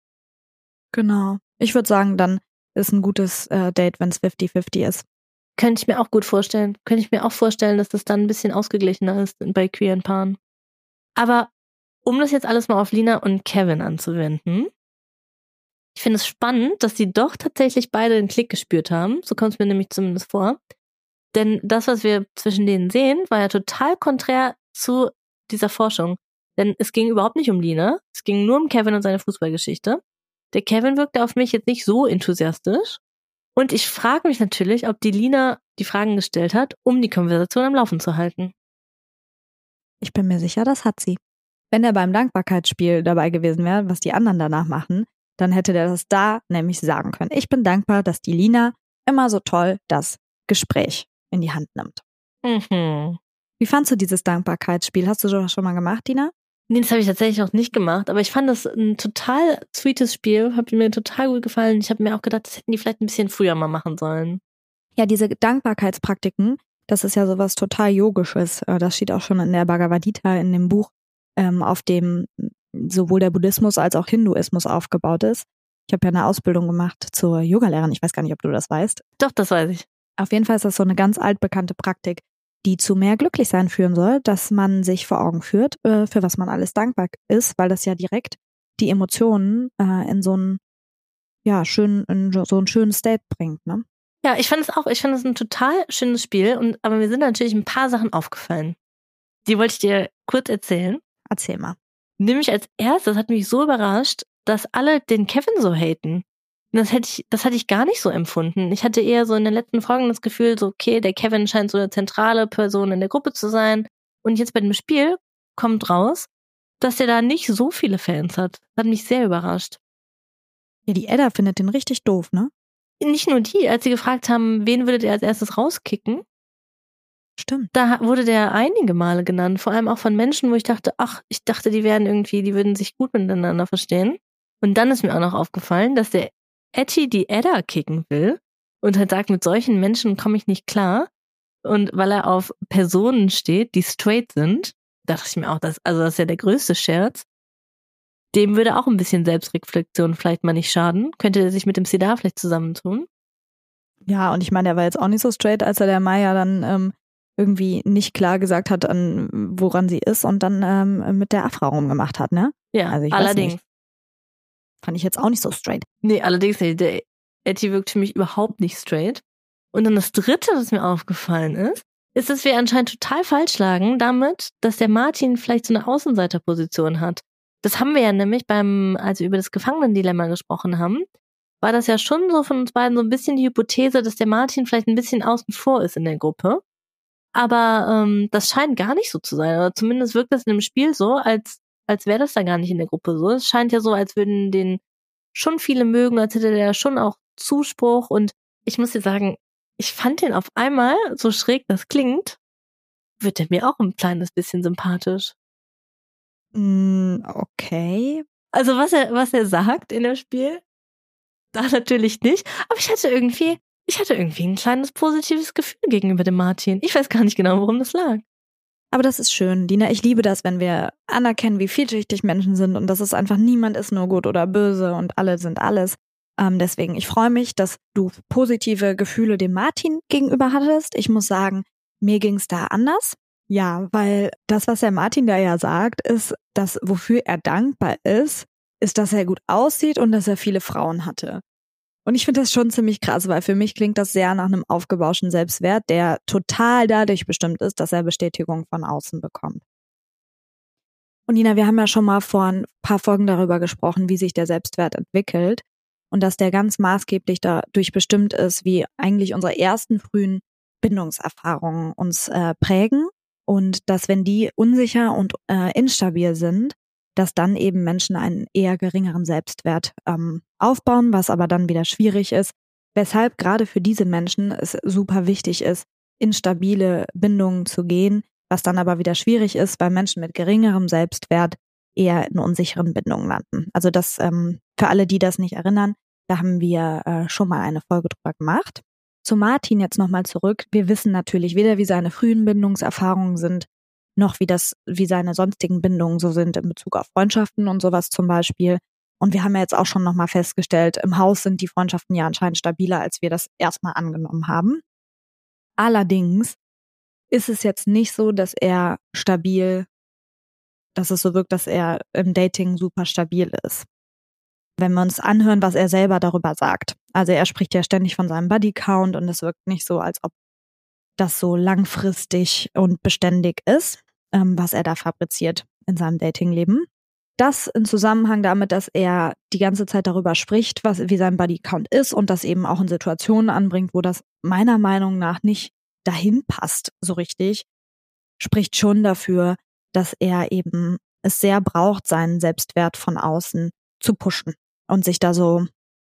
Genau. Ich würde sagen, dann ist ein gutes äh, Date, wenn es fifty fifty ist. Könnte ich mir auch gut vorstellen. Könnte ich mir auch vorstellen, dass das dann ein bisschen ausgeglichener ist bei queeren Paaren. Aber um das jetzt alles mal auf Lina und Kevin anzuwenden, ich finde es spannend, dass sie doch tatsächlich beide den Klick gespürt haben. So kommt es mir nämlich zumindest vor. Denn das, was wir zwischen denen sehen, war ja total konträr zu dieser Forschung. Denn es ging überhaupt nicht um Lina. Es ging nur um Kevin und seine Fußballgeschichte. Der Kevin wirkte auf mich jetzt nicht so enthusiastisch. Und ich frage mich natürlich, ob die Lina die Fragen gestellt hat, um die Konversation am Laufen zu halten. Ich bin mir sicher, das hat sie. Wenn er beim Dankbarkeitsspiel dabei gewesen wäre, was die anderen danach machen, dann hätte der das da nämlich sagen können. Ich bin dankbar, dass die Lina immer so toll das Gespräch in die Hand nimmt. Mhm. Wie fandst du dieses Dankbarkeitsspiel? Hast du das schon mal gemacht, Dina? Nee, das habe ich tatsächlich noch nicht gemacht, aber ich fand das ein total sweetes Spiel, hat mir total gut gefallen. Ich habe mir auch gedacht, das hätten die vielleicht ein bisschen früher mal machen sollen. Ja, diese Dankbarkeitspraktiken, das ist ja sowas total Yogisches. Das steht auch schon in der Bhagavad Gita, in dem Buch, auf dem sowohl der Buddhismus als auch Hinduismus aufgebaut ist. Ich habe ja eine Ausbildung gemacht zur Yogalehrerin. Ich weiß gar nicht, ob du das weißt. Doch, das weiß ich. Auf jeden Fall ist das so eine ganz altbekannte Praktik, die zu mehr Glücklichsein führen soll, dass man sich vor Augen führt, für was man alles dankbar ist, weil das ja direkt die Emotionen in so einen, ja, schönen, in so einen schönen State bringt, ne? Ja, ich fand es auch, ich fand es ein total schönes Spiel, und aber mir sind natürlich ein paar Sachen aufgefallen. Die wollte ich dir kurz erzählen. Erzähl mal. Nämlich als erstes hat mich so überrascht, dass alle den Kevin so haten. Und das hätte ich, das hatte ich gar nicht so empfunden. Ich hatte eher so in den letzten Folgen das Gefühl, so, okay, der Kevin scheint so eine zentrale Person in der Gruppe zu sein. Und jetzt bei dem Spiel kommt raus, dass er da nicht so viele Fans hat. Das hat mich sehr überrascht. Ja, die Edda findet den richtig doof, ne? Nicht nur die, als sie gefragt haben, wen würdet ihr als erstes rauskicken? Stimmt. Da wurde der einige Male genannt, vor allem auch von Menschen, wo ich dachte, ach, ich dachte, die wären irgendwie, die würden sich gut miteinander verstehen. Und dann ist mir auch noch aufgefallen, dass der Etty die Edda kicken will und halt sagt, mit solchen Menschen komme ich nicht klar. Und weil er auf Personen steht, die straight sind, dachte ich mir auch, das, also das ist ja der größte Scherz. Dem würde auch ein bisschen Selbstreflexion vielleicht mal nicht schaden. Könnte er sich mit dem Sidar vielleicht zusammentun? Ja, und ich meine, er war jetzt auch nicht so straight, als er der Maya dann ähm, irgendwie nicht klar gesagt hat, an woran sie ist und dann ähm, mit der Afra rumgemacht hat, ne? Ja, also ich allerdings. Weiß nicht. Fand ich jetzt auch nicht so straight. Nee, allerdings, der Etty wirkt für mich überhaupt nicht straight. Und dann das Dritte, was mir aufgefallen ist, ist, dass wir anscheinend total falsch lagen damit, dass der Martin vielleicht so eine Außenseiterposition hat. Das haben wir ja nämlich beim, als wir über das Gefangenendilemma gesprochen haben, war das ja schon so von uns beiden so ein bisschen die Hypothese, dass der Martin vielleicht ein bisschen außen vor ist in der Gruppe. Aber ähm, das scheint gar nicht so zu sein. Oder zumindest wirkt das in dem Spiel so, als als wäre das da gar nicht in der Gruppe so. Es scheint ja so, als würden den schon viele mögen, als hätte der schon auch Zuspruch. Und ich muss dir sagen, ich fand den auf einmal, so schräg das klingt, wird der mir auch ein kleines bisschen sympathisch. Mm, okay. Also was er, was er sagt in dem Spiel, da natürlich nicht. Aber ich hatte irgendwie, ich hatte irgendwie ein kleines positives Gefühl gegenüber dem Martin. Ich weiß gar nicht genau, worum das lag. Aber das ist schön, Dina. Ich liebe das, wenn wir anerkennen, wie vielschichtig Menschen sind und dass es einfach niemand ist nur gut oder böse und alle sind alles. Ähm, deswegen, ich freue mich, dass du positive Gefühle dem Martin gegenüber hattest. Ich muss sagen, mir ging es da anders. Ja, weil das, was der Martin da ja sagt, ist, dass wofür er dankbar ist, ist, dass er gut aussieht und dass er viele Frauen hatte. Und ich finde das schon ziemlich krass, weil für mich klingt das sehr nach einem aufgebauschten Selbstwert, der total dadurch bestimmt ist, dass er Bestätigung von außen bekommt. Und Nina, wir haben ja schon mal vor ein paar Folgen darüber gesprochen, wie sich der Selbstwert entwickelt und dass der ganz maßgeblich dadurch bestimmt ist, wie eigentlich unsere ersten frühen Bindungserfahrungen uns äh, prägen und dass, wenn die unsicher und äh, instabil sind, dass dann eben Menschen einen eher geringeren Selbstwert ähm, aufbauen, was aber dann wieder schwierig ist, weshalb gerade für diese Menschen es super wichtig ist, in stabile Bindungen zu gehen, was dann aber wieder schwierig ist, weil Menschen mit geringerem Selbstwert eher in unsicheren Bindungen landen. Also das, ähm, für alle, die das nicht erinnern, da haben wir äh, schon mal eine Folge drüber gemacht. Zu Martin jetzt nochmal zurück. Wir wissen natürlich weder, wie seine frühen Bindungserfahrungen sind, noch wie das, wie seine sonstigen Bindungen so sind in Bezug auf Freundschaften und sowas zum Beispiel. Und wir haben ja jetzt auch schon nochmal festgestellt, im Haus sind die Freundschaften ja anscheinend stabiler, als wir das erstmal angenommen haben. Allerdings ist es jetzt nicht so, dass er stabil, dass es so wirkt, dass er im Dating super stabil ist. Wenn wir uns anhören, was er selber darüber sagt. Also er spricht ja ständig von seinem Bodycount und es wirkt nicht so, als ob das so langfristig und beständig ist, ähm, was er da fabriziert in seinem Datingleben. Das in Zusammenhang damit, dass er die ganze Zeit darüber spricht, was wie sein Bodycount ist und das eben auch in Situationen anbringt, wo das meiner Meinung nach nicht dahin passt so richtig, spricht schon dafür, dass er eben es sehr braucht, seinen Selbstwert von außen zu pushen und sich da so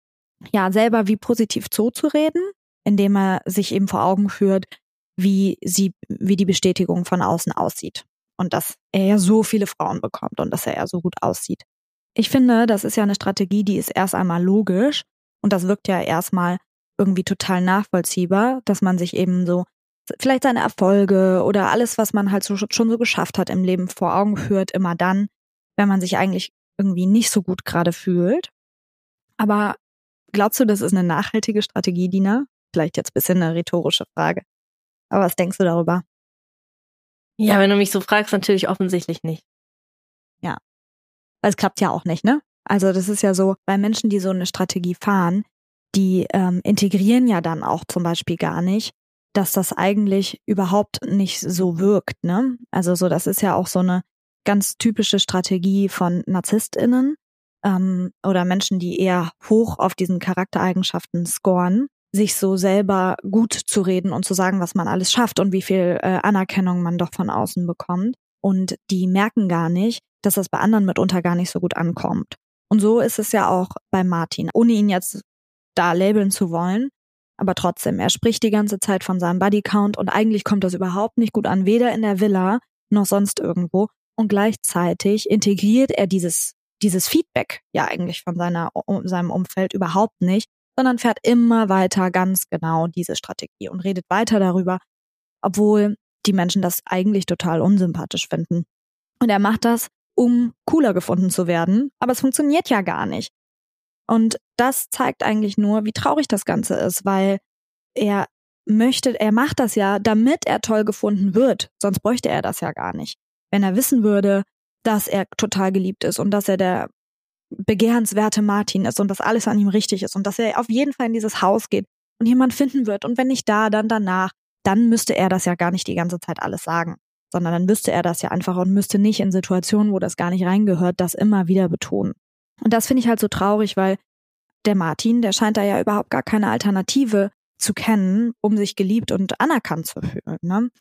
ja selber wie positiv zuzureden, indem er sich eben vor Augen führt, wie sie, wie die Bestätigung von außen aussieht und dass er ja so viele Frauen bekommt und dass er ja so gut aussieht. Ich finde, das ist ja eine Strategie, die ist erst einmal logisch und das wirkt ja erstmal irgendwie total nachvollziehbar, dass man sich eben so vielleicht seine Erfolge oder alles, was man halt so, schon so geschafft hat im Leben vor Augen führt, immer dann, wenn man sich eigentlich irgendwie nicht so gut gerade fühlt. Aber glaubst du, das ist eine nachhaltige Strategie, Dina? Vielleicht jetzt ein bisschen eine rhetorische Frage. Aber was denkst du darüber? Ja, wenn du mich so fragst, natürlich offensichtlich nicht. Ja, weil es klappt ja auch nicht, ne? Also das ist ja so, bei Menschen, die so eine Strategie fahren, die ähm, integrieren ja dann auch zum Beispiel gar nicht, dass das eigentlich überhaupt nicht so wirkt, ne? Also so, das ist ja auch so eine ganz typische Strategie von NarzisstInnen ähm, oder Menschen, die eher hoch auf diesen Charaktereigenschaften scoren, sich so selber gut zu reden und zu sagen, was man alles schafft und wie viel äh, Anerkennung man doch von außen bekommt. Und die merken gar nicht, dass das bei anderen mitunter gar nicht so gut ankommt. Und so ist es ja auch bei Martin. Ohne ihn jetzt da labeln zu wollen, aber trotzdem, er spricht die ganze Zeit von seinem Bodycount und eigentlich kommt das überhaupt nicht gut an, weder in der Villa noch sonst irgendwo. Und gleichzeitig integriert er dieses dieses Feedback ja eigentlich von seiner seinem Umfeld überhaupt nicht, sondern fährt immer weiter ganz genau diese Strategie und redet weiter darüber, obwohl die Menschen das eigentlich total unsympathisch finden. Und er macht das, um cooler gefunden zu werden, aber es funktioniert ja gar nicht. Und das zeigt eigentlich nur, wie traurig das Ganze ist, weil er möchte, er macht das ja, damit er toll gefunden wird, sonst bräuchte er das ja gar nicht. Wenn er wissen würde, dass er total geliebt ist und dass er der begehrenswerte Martin ist und dass alles an ihm richtig ist und dass er auf jeden Fall in dieses Haus geht und jemand finden wird und wenn nicht da, dann danach, dann müsste er das ja gar nicht die ganze Zeit alles sagen, sondern dann wüsste er das ja einfach und müsste nicht in Situationen, wo das gar nicht reingehört, das immer wieder betonen. Und das finde ich halt so traurig, weil der Martin, der scheint da ja überhaupt gar keine Alternative zu kennen, um sich geliebt und anerkannt zu fühlen, ne? Und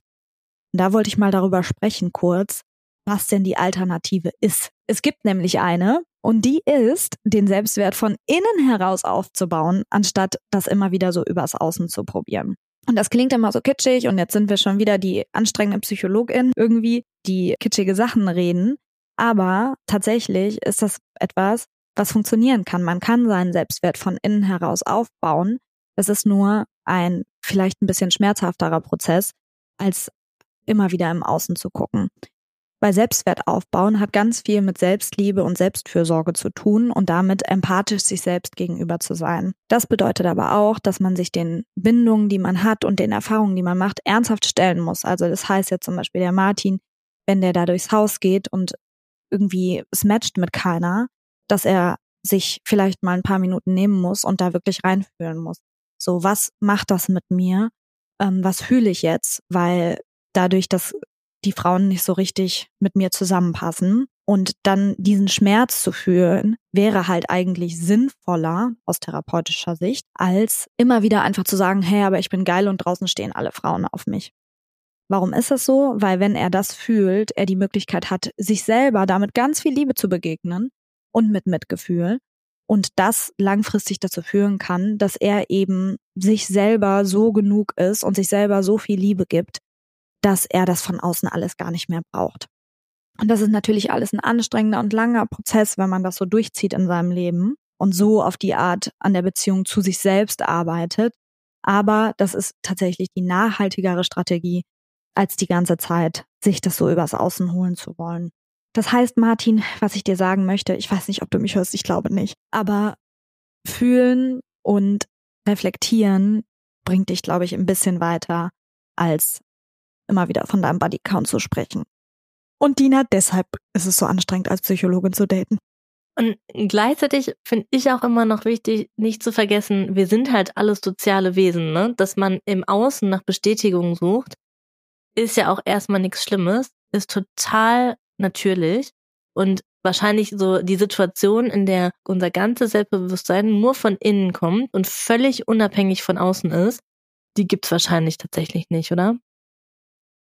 da wollte ich mal darüber sprechen kurz, was denn die Alternative ist. Es gibt nämlich eine und die ist, den Selbstwert von innen heraus aufzubauen, anstatt das immer wieder so übers Außen zu probieren. Und das klingt immer so kitschig und jetzt sind wir schon wieder die anstrengende Psychologin irgendwie, die kitschige Sachen reden. Aber tatsächlich ist das etwas, was funktionieren kann. Man kann seinen Selbstwert von innen heraus aufbauen. Es ist nur ein vielleicht ein bisschen schmerzhafterer Prozess, als immer wieder im Außen zu gucken. Weil Selbstwert aufbauen hat ganz viel mit Selbstliebe und Selbstfürsorge zu tun und damit empathisch sich selbst gegenüber zu sein. Das bedeutet aber auch, dass man sich den Bindungen, die man hat und den Erfahrungen, die man macht, ernsthaft stellen muss. Also das heißt jetzt zum Beispiel der Martin, wenn der da durchs Haus geht und irgendwie es matcht mit keiner, dass er sich vielleicht mal ein paar Minuten nehmen muss und da wirklich reinfühlen muss. So, was macht das mit mir? Ähm, was fühle ich jetzt? Weil dadurch, dass die Frauen nicht so richtig mit mir zusammenpassen und dann diesen Schmerz zu fühlen, wäre halt eigentlich sinnvoller aus therapeutischer Sicht, als immer wieder einfach zu sagen, hey, aber ich bin geil und draußen stehen alle Frauen auf mich. Warum ist das so? Weil wenn er das fühlt, er die Möglichkeit hat, sich selber damit ganz viel Liebe zu begegnen und mit Mitgefühl und das langfristig dazu führen kann, dass er eben sich selber so genug ist und sich selber so viel Liebe gibt, dass er das von außen alles gar nicht mehr braucht. Und das ist natürlich alles ein anstrengender und langer Prozess, wenn man das so durchzieht in seinem Leben und so auf die Art an der Beziehung zu sich selbst arbeitet. Aber das ist tatsächlich die nachhaltigere Strategie, als die ganze Zeit sich das so übers Außen holen zu wollen. Das heißt, Martin, was ich dir sagen möchte, ich weiß nicht, ob du mich hörst, ich glaube nicht, aber fühlen und reflektieren bringt dich, glaube ich, ein bisschen weiter, als immer wieder von deinem Bodycount zu sprechen. Und Dina, deshalb ist es so anstrengend, als Psychologin zu daten. Und gleichzeitig finde ich auch immer noch wichtig, nicht zu vergessen, wir sind halt alles soziale Wesen, ne? Dass man im Außen nach Bestätigung sucht, ist ja auch erstmal nichts Schlimmes, ist total natürlich und wahrscheinlich so die Situation, in der unser ganzes Selbstbewusstsein nur von innen kommt und völlig unabhängig von außen ist, die gibt's wahrscheinlich tatsächlich nicht, oder?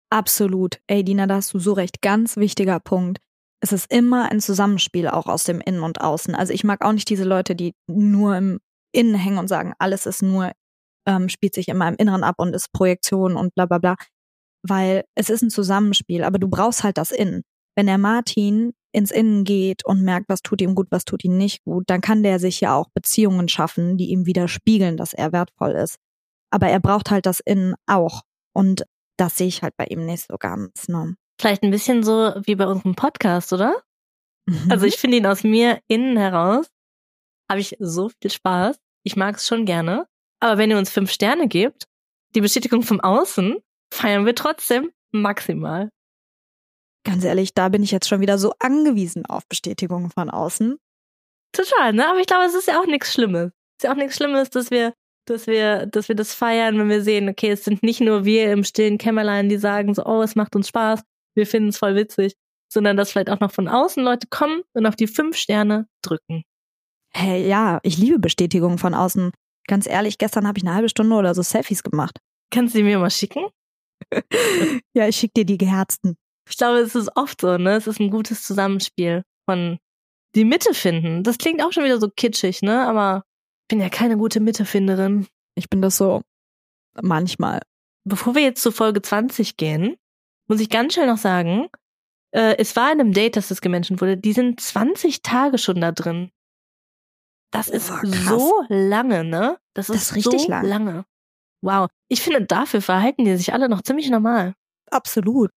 Absolut. Ey, Dina, da hast du so recht. Ganz wichtiger Punkt. Es ist immer ein Zusammenspiel auch aus dem Innen und Außen. Also ich mag auch nicht diese Leute, die nur im Innen hängen und sagen, alles ist nur, ähm, spielt sich immer im Inneren ab und ist Projektion und bla bla bla. Weil es ist ein Zusammenspiel, aber du brauchst halt das Innen. Wenn der Martin ins Innen geht und merkt, was tut ihm gut, was tut ihm nicht gut, dann kann der sich ja auch Beziehungen schaffen, die ihm widerspiegeln, dass er wertvoll ist. Aber er braucht halt das Innen auch. Und das sehe ich halt bei ihm nicht so ganz. Ne? Vielleicht ein bisschen so wie bei unserem Podcast, oder? Mhm. Also ich finde ihn aus mir innen heraus, habe ich so viel Spaß. Ich mag es schon gerne. Aber wenn ihr uns fünf Sterne gebt, die Bestätigung vom Außen, feiern wir trotzdem maximal. Ganz ehrlich, da bin ich jetzt schon wieder so angewiesen auf Bestätigungen von außen. Total, ne? Aber ich glaube, es ist ja auch nichts Schlimmes. Es ist ja auch nichts Schlimmes, dass wir, dass wir, dass wir das feiern, wenn wir sehen, okay, es sind nicht nur wir im stillen Kämmerlein, die sagen so, oh, es macht uns Spaß, wir finden es voll witzig, sondern dass vielleicht auch noch von außen Leute kommen und auf die fünf Sterne drücken. Hey, ja, ich liebe Bestätigungen von außen. Ganz ehrlich, gestern habe ich eine halbe Stunde oder so Selfies gemacht. Kannst du die mir mal schicken? Ja, ich schicke dir die geherzten. Ich glaube, es ist oft so, ne? Es ist ein gutes Zusammenspiel von die Mitte finden. Das klingt auch schon wieder so kitschig, ne? Aber ich bin ja keine gute Mittefinderin. Ich bin das so manchmal. Bevor wir jetzt zu Folge zwanzig gehen, muss ich ganz schnell noch sagen, äh, es war in einem Date, dass das gemenschent wurde. Die sind zwanzig Tage schon da drin. Das ist oh, so lange, ne? Das ist, das ist richtig so lang. lange. Wow. Ich finde, dafür verhalten die sich alle noch ziemlich normal. Absolut.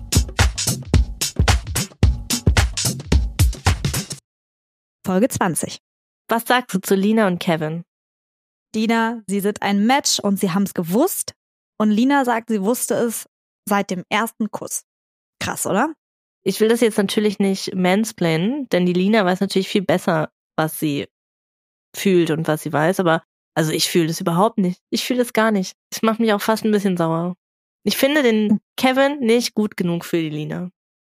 Folge zwanzig. Was sagst du zu Lina und Kevin? Dina, sie sind ein Match und sie haben es gewusst. Und Lina sagt, sie wusste es seit dem ersten Kuss. Krass, oder? Ich will das jetzt natürlich nicht mansplainen, denn die Lina weiß natürlich viel besser, was sie fühlt und was sie weiß. Aber also ich fühle das überhaupt nicht. Ich fühle das gar nicht. Das macht mich auch fast ein bisschen sauer. Ich finde den Kevin nicht gut genug für die Lina.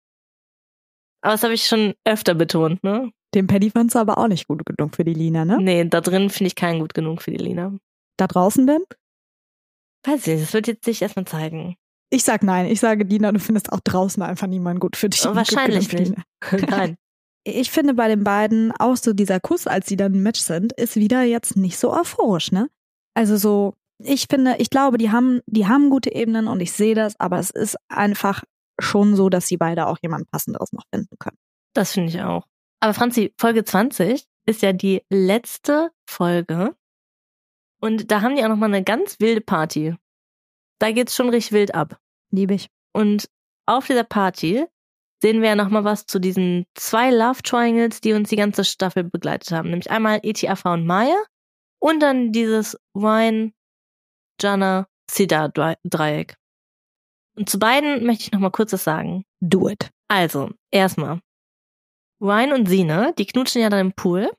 Aber das habe ich schon öfter betont, ne? Den Paddy fandst du aber auch nicht gut genug für die Lina, ne? Nee, da drin finde ich keinen gut genug für die Lina. Da draußen denn? Weiß ich, das wird jetzt sich erstmal zeigen. Ich sag nein. Ich sage, Dina, du findest auch draußen einfach niemanden gut für dich. Wahrscheinlich nicht. Nein. Ich finde bei den beiden auch so dieser Kuss, als sie dann ein Match sind, ist wieder jetzt nicht so euphorisch, ne? Also so, ich finde, ich glaube, die haben, die haben gute Ebenen und ich sehe das, aber es ist einfach schon so, dass sie beide auch jemand Passenderes noch finden können. Das finde ich auch. Aber Franzi, Folge zwanzig ist ja die letzte Folge und da haben die auch nochmal eine ganz wilde Party. Da geht's schon richtig wild ab. Liebe ich. Und auf dieser Party sehen wir ja nochmal was zu diesen zwei Love Triangles, die uns die ganze Staffel begleitet haben. Nämlich einmal Eti, Afa und Maya und dann dieses Ryan, Jana, Sidar Dreieck. Und zu beiden möchte ich nochmal kurz was sagen. Do it. Also, erstmal. Ryan und Sina, die knutschen ja dann im Pool.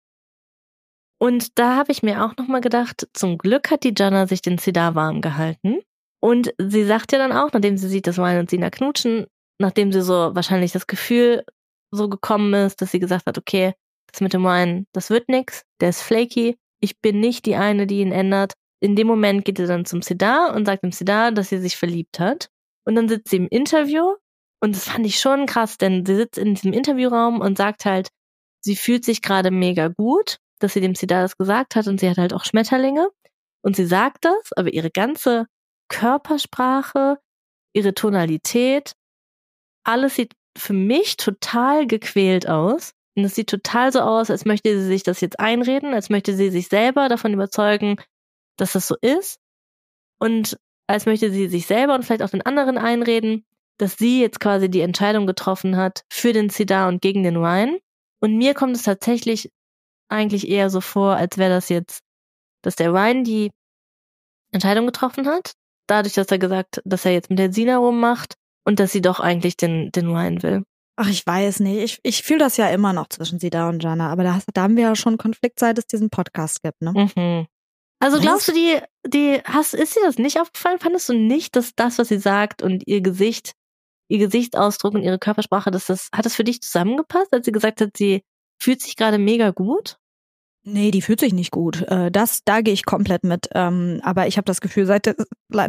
Und da habe ich mir auch nochmal gedacht, zum Glück hat die Jana sich den Sidar warm gehalten. Und sie sagt ja dann auch, nachdem sie sieht, dass Ryan und Sina knutschen, nachdem sie so wahrscheinlich das Gefühl so gekommen ist, dass sie gesagt hat, okay, das mit dem Ryan, das wird nix, der ist flaky, ich bin nicht die eine, die ihn ändert. In dem Moment geht sie dann zum Sidar und sagt dem Sidar, dass sie sich verliebt hat. Und dann sitzt sie im Interview und das fand ich schon krass, denn sie sitzt in diesem Interviewraum und sagt halt, sie fühlt sich gerade mega gut, dass sie dem Sidar das gesagt hat und sie hat halt auch Schmetterlinge. Und sie sagt das, aber ihre ganze Körpersprache, ihre Tonalität, alles sieht für mich total gequält aus. Und es sieht total so aus, als möchte sie sich das jetzt einreden, als möchte sie sich selber davon überzeugen, dass das so ist. Und als möchte sie sich selber und vielleicht auch den anderen einreden, dass sie jetzt quasi die Entscheidung getroffen hat für den Sidar und gegen den Ryan. Und mir kommt es tatsächlich eigentlich eher so vor, als wäre das jetzt, dass der Ryan die Entscheidung getroffen hat, dadurch, dass er gesagt, dass er jetzt mit der Sina rummacht und dass sie doch eigentlich den, den Ryan will. Ach, ich weiß nicht. Ich, ich fühle das ja immer noch zwischen Sidar und Jana, aber da, da haben wir ja schon Konflikt, seit es diesen Podcast gibt, ne? Mhm. Also glaubst du, die, die, hast, ist dir das nicht aufgefallen? Fandest du nicht, dass das, was sie sagt und ihr Gesicht, ihr Gesichtsausdruck und ihre Körpersprache, dass das, hat das für dich zusammengepasst, als sie gesagt hat, sie fühlt sich gerade mega gut? Nee, die fühlt sich nicht gut. Das, da gehe ich komplett mit. Aber ich habe das Gefühl, seit leider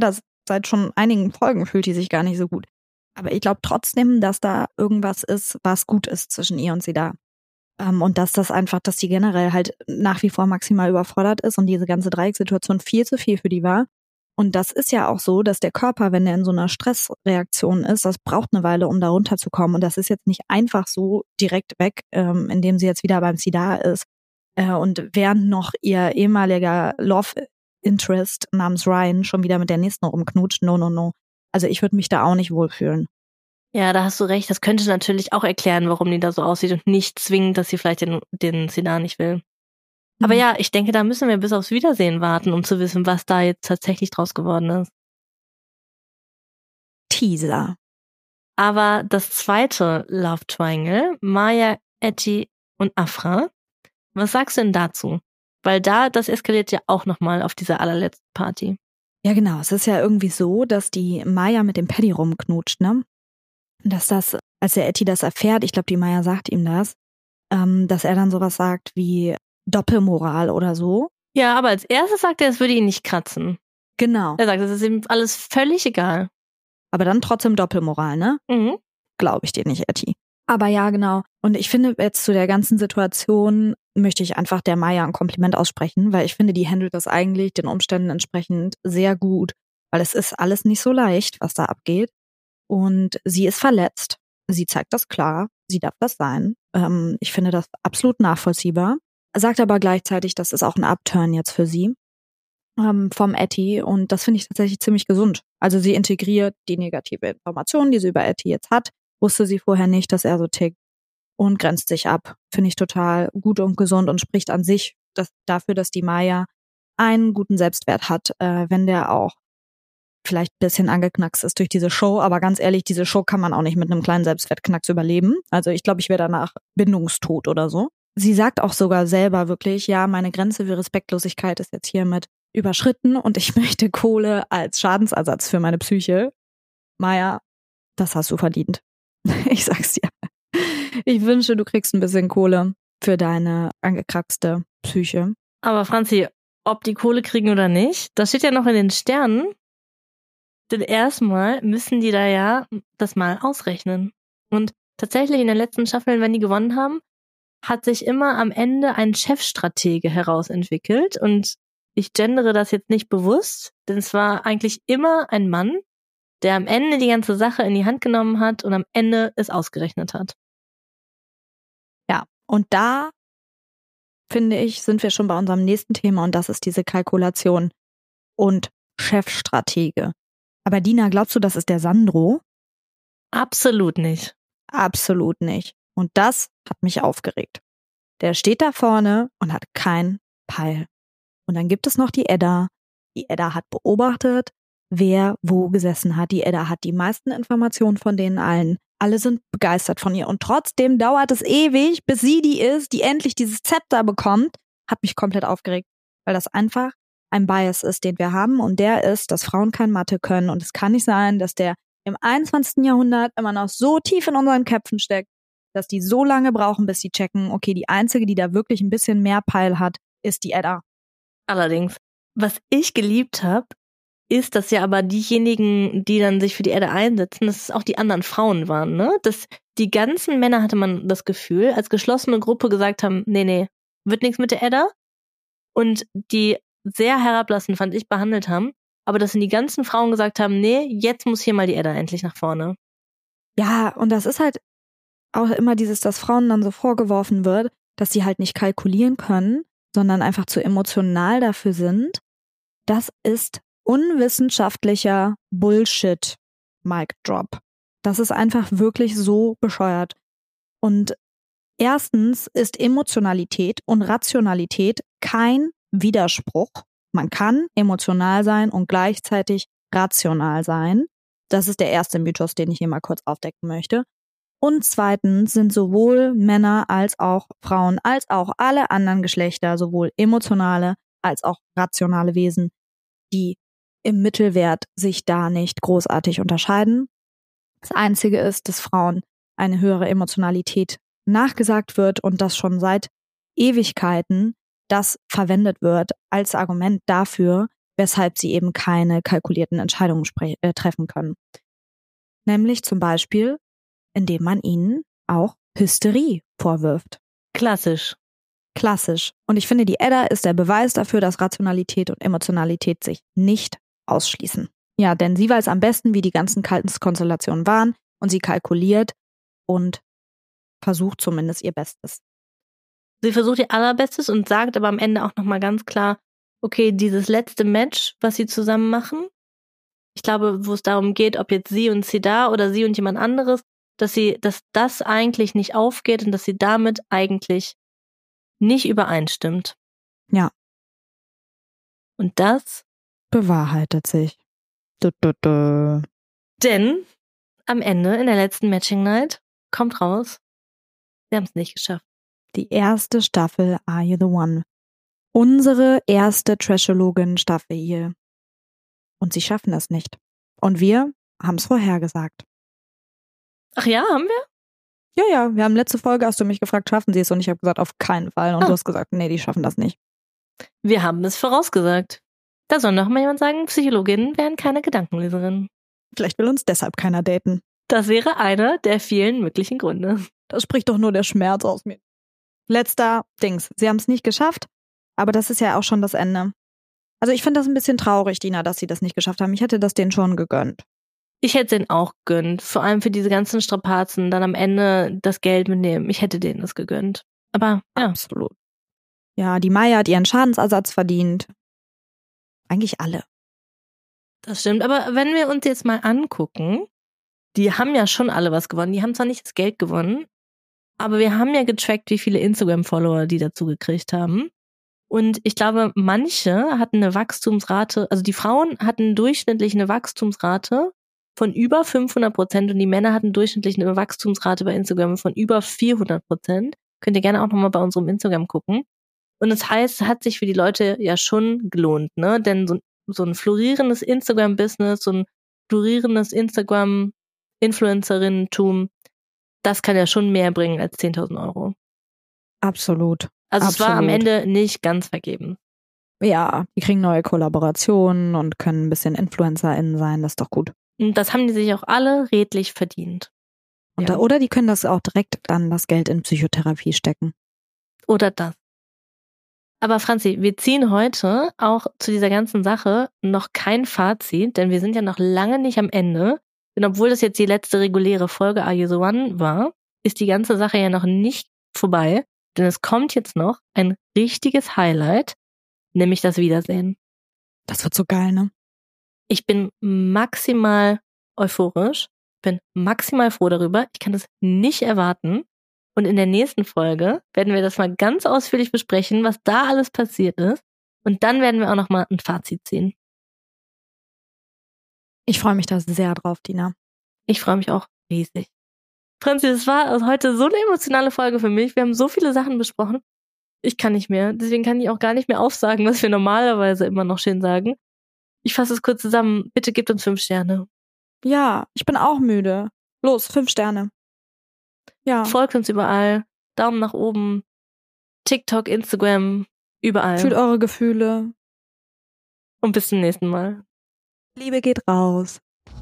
seit schon einigen Folgen fühlt die sich gar nicht so gut. Aber ich glaube trotzdem, dass da irgendwas ist, was gut ist zwischen ihr und Sidar. Ähm, und dass das einfach, dass die generell halt nach wie vor maximal überfordert ist und diese ganze Dreieckssituation viel zu viel für die war. Und das ist ja auch so, dass der Körper, wenn er in so einer Stressreaktion ist, das braucht eine Weile, um da runterzukommen. Und das ist jetzt nicht einfach so direkt weg, ähm, indem sie jetzt wieder beim Sidar ist. Äh, und während noch ihr ehemaliger Love Interest namens Ryan schon wieder mit der nächsten rumknutscht, no, no, no. Also ich würde mich da auch nicht wohlfühlen. Ja, da hast du recht. Das könnte natürlich auch erklären, warum die da so aussieht und nicht zwingend, dass sie vielleicht den, den Sidar nicht will. Aber Mhm. ja, ich denke, da müssen wir bis aufs Wiedersehen warten, um zu wissen, was da jetzt tatsächlich draus geworden ist. Teaser. Aber das zweite Love Triangle, Maya, Etty und Afra, was sagst du denn dazu? Weil da, das eskaliert ja auch nochmal auf dieser allerletzten Party. Ja, genau. Es ist ja irgendwie so, dass die Maya mit dem Paddy rumknutscht, ne? Dass das, als der Etty das erfährt, ich glaube, die Maya sagt ihm das, ähm, dass er dann sowas sagt wie Doppelmoral oder so. Ja, aber als erstes sagt er, es würde ihn nicht kratzen. Genau. Er sagt, es ist ihm alles völlig egal. Aber dann trotzdem Doppelmoral, ne? Mhm. Glaube ich dir nicht, Etty. Aber ja, genau. Und ich finde, jetzt zu der ganzen Situation möchte ich einfach der Maya ein Kompliment aussprechen, weil ich finde, die handelt das eigentlich den Umständen entsprechend sehr gut, weil es ist alles nicht so leicht, was da abgeht. Und sie ist verletzt. Sie zeigt das klar. Sie darf das sein. Ähm, ich finde das absolut nachvollziehbar. Sagt aber gleichzeitig, das ist auch ein Upturn jetzt für sie ähm, vom Etty. Und das finde ich tatsächlich ziemlich gesund. Also sie integriert die negative Information, die sie über Etty jetzt hat. Wusste sie vorher nicht, dass er so tickt. Und grenzt sich ab. Finde ich total gut und gesund und spricht an sich das, dafür, dass die Maya einen guten Selbstwert hat, äh, wenn der auch vielleicht ein bisschen angeknackst ist durch diese Show. Aber ganz ehrlich, diese Show kann man auch nicht mit einem kleinen Selbstwertknacks überleben. Also ich glaube, ich wäre danach bindungstot oder so. Sie sagt auch sogar selber wirklich, ja, meine Grenze für Respektlosigkeit ist jetzt hiermit überschritten und ich möchte Kohle als Schadensersatz für meine Psyche. Maya, das hast du verdient. Ich sag's dir. Ich wünsche, du kriegst ein bisschen Kohle für deine angekraxte Psyche. Aber Franzi, ob die Kohle kriegen oder nicht, das steht ja noch in den Sternen. Denn erstmal müssen die da ja das mal ausrechnen. Und tatsächlich in den letzten Staffeln, wenn die gewonnen haben, hat sich immer am Ende ein Chefstratege herausentwickelt. Und ich gendere das jetzt nicht bewusst, denn es war eigentlich immer ein Mann, der am Ende die ganze Sache in die Hand genommen hat und am Ende es ausgerechnet hat. Ja, und da, finde ich, sind wir schon bei unserem nächsten Thema und das ist diese Kalkulation und Chefstratege. Aber Dina, glaubst du, das ist der Sandro? Absolut nicht. Absolut nicht. Und das hat mich aufgeregt. Der steht da vorne und hat keinen Peil. Und dann gibt es noch die Edda. Die Edda hat beobachtet, wer wo gesessen hat. Die Edda hat die meisten Informationen von denen allen. Alle sind begeistert von ihr. Und trotzdem dauert es ewig, bis sie die ist, die endlich dieses Zepter bekommt. Hat mich komplett aufgeregt, weil das einfach ein Bias ist, den wir haben. Und der ist, dass Frauen kein Mathe können. Und es kann nicht sein, dass der im einundzwanzigsten Jahrhundert immer noch so tief in unseren Köpfen steckt, dass die so lange brauchen, bis sie checken, okay, die einzige, die da wirklich ein bisschen mehr Peil hat, ist die Edda. Allerdings, was ich geliebt habe, ist, dass ja aber diejenigen, die dann sich für die Edda einsetzen, dass es auch die anderen Frauen waren, ne? Dass die ganzen Männer, hatte man das Gefühl, als geschlossene Gruppe gesagt haben, nee, nee, wird nichts mit der Edda. Und die sehr herablassend, fand ich, behandelt haben. Aber dass die ganzen Frauen gesagt haben, nee, jetzt muss hier mal die Edda endlich nach vorne. Ja, und das ist halt auch immer dieses, dass Frauen dann so vorgeworfen wird, dass sie halt nicht kalkulieren können, sondern einfach zu emotional dafür sind. Das ist unwissenschaftlicher Bullshit, Mic Drop. Das ist einfach wirklich so bescheuert. Und erstens ist Emotionalität und Rationalität kein Widerspruch. Man kann emotional sein und gleichzeitig rational sein. Das ist der erste Mythos, den ich hier mal kurz aufdecken möchte. Und zweitens sind sowohl Männer als auch Frauen, als auch alle anderen Geschlechter, sowohl emotionale als auch rationale Wesen, die im Mittelwert sich da nicht großartig unterscheiden. Das Einzige ist, dass Frauen eine höhere Emotionalität nachgesagt wird und das schon seit Ewigkeiten das verwendet wird als Argument dafür, weshalb sie eben keine kalkulierten Entscheidungen spre- äh, treffen können. Nämlich zum Beispiel, indem man ihnen auch Hysterie vorwirft. Klassisch. Klassisch. Und ich finde, die Edda ist der Beweis dafür, dass Rationalität und Emotionalität sich nicht ausschließen. Ja, denn sie weiß am besten, wie die ganzen Konstellationen waren und sie kalkuliert und versucht zumindest ihr Bestes. Sie versucht ihr Allerbestes und sagt aber am Ende auch nochmal ganz klar, okay, dieses letzte Match, was sie zusammen machen, ich glaube, wo es darum geht, ob jetzt sie und Sidar oder sie und jemand anderes, dass sie, dass das eigentlich nicht aufgeht und dass sie damit eigentlich nicht übereinstimmt. Ja. Und das bewahrheitet sich. Du, du, du. Denn am Ende, in der letzten Matching Night, kommt raus, sie haben es nicht geschafft. Die erste Staffel Are You the One? Unsere erste Trashologinnen-Staffel hier. Und sie schaffen es nicht. Und wir haben es vorhergesagt. Ach ja, haben wir? Ja, ja, wir haben letzte Folge, hast du mich gefragt, schaffen sie es? Und ich habe gesagt, auf keinen Fall. Und oh. du hast gesagt, nee, die schaffen das nicht. Wir haben es vorausgesagt. Da soll noch mal jemand sagen, Psychologinnen wären keine Gedankenleserinnen. Vielleicht will uns deshalb keiner daten. Das wäre einer der vielen möglichen Gründe. Das spricht doch nur der Schmerz aus mir. Letzter Dings. Sie haben es nicht geschafft, aber das ist ja auch schon das Ende. Also ich finde das ein bisschen traurig, Dina, dass sie das nicht geschafft haben. Ich hätte das denen schon gegönnt. Ich hätte denen auch gegönnt. Vor allem für diese ganzen Strapazen, dann am Ende das Geld mitnehmen. Ich hätte denen das gegönnt. Aber ja. Absolut. Ja, die Maya hat ihren Schadensersatz verdient. Eigentlich alle. Das stimmt. Aber wenn wir uns jetzt mal angucken, die haben ja schon alle was gewonnen. Die haben zwar nicht das Geld gewonnen, aber wir haben ja getrackt, wie viele Instagram-Follower die dazu gekriegt haben. Und ich glaube, manche hatten eine Wachstumsrate, also die Frauen hatten durchschnittlich eine Wachstumsrate von über fünfhundert Prozent und die Männer hatten durchschnittlich eine Wachstumsrate bei Instagram von über vierhundert Prozent. Könnt ihr gerne auch nochmal bei unserem Instagram gucken. Und das heißt, es hat sich für die Leute ja schon gelohnt, ne? Denn so, so ein florierendes Instagram-Business, so ein florierendes Instagram-Influencerinnentum, das kann ja schon mehr bringen als zehntausend Euro. Absolut. Also Absolut. Es war am Ende nicht ganz vergeben. Ja, die kriegen neue Kollaborationen und können ein bisschen InfluencerInnen sein, das ist doch gut. Und das haben die sich auch alle redlich verdient. Und ja. da, oder die können das auch direkt dann das Geld in Psychotherapie stecken. Oder das. Aber Franzi, wir ziehen heute auch zu dieser ganzen Sache noch kein Fazit, denn wir sind ja noch lange nicht am Ende. Denn obwohl das jetzt die letzte reguläre Folge Are You the One war, ist die ganze Sache ja noch nicht vorbei. Denn es kommt jetzt noch ein richtiges Highlight, nämlich das Wiedersehen. Das wird so geil, ne? Ich bin maximal euphorisch, bin maximal froh darüber. Ich kann es nicht erwarten. Und in der nächsten Folge werden wir das mal ganz ausführlich besprechen, was da alles passiert ist. Und dann werden wir auch noch mal ein Fazit ziehen. Ich freue mich da sehr drauf, Dina. Ich freue mich auch riesig. Franzi, das war heute so eine emotionale Folge für mich. Wir haben so viele Sachen besprochen. Ich kann nicht mehr. Deswegen kann ich auch gar nicht mehr aufsagen, was wir normalerweise immer noch schön sagen. Ich fasse es kurz zusammen. Bitte gebt uns fünf Sterne. Ja, ich bin auch müde. Los, fünf Sterne. Ja. Folgt uns überall. Daumen nach oben. TikTok, Instagram, überall. Fühlt eure Gefühle. Und bis zum nächsten Mal. Liebe geht raus.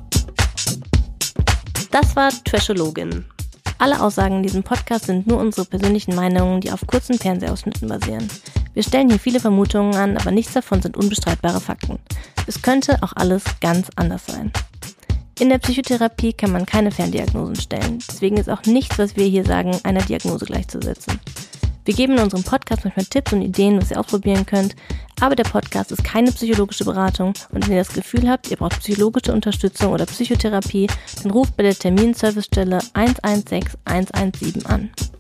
Das war Trashologin. Alle Aussagen in diesem Podcast sind nur unsere persönlichen Meinungen, die auf kurzen Fernsehausschnitten basieren. Wir stellen hier viele Vermutungen an, aber nichts davon sind unbestreitbare Fakten. Es könnte auch alles ganz anders sein. In der Psychotherapie kann man keine Ferndiagnosen stellen. Deswegen ist auch nichts, was wir hier sagen, einer Diagnose gleichzusetzen. Wir geben in unserem Podcast manchmal Tipps und Ideen, was ihr ausprobieren könnt, aber der Podcast ist keine psychologische Beratung und wenn ihr das Gefühl habt, ihr braucht psychologische Unterstützung oder Psychotherapie, dann ruft bei der Terminservicestelle eins eins sechs eins eins sieben an.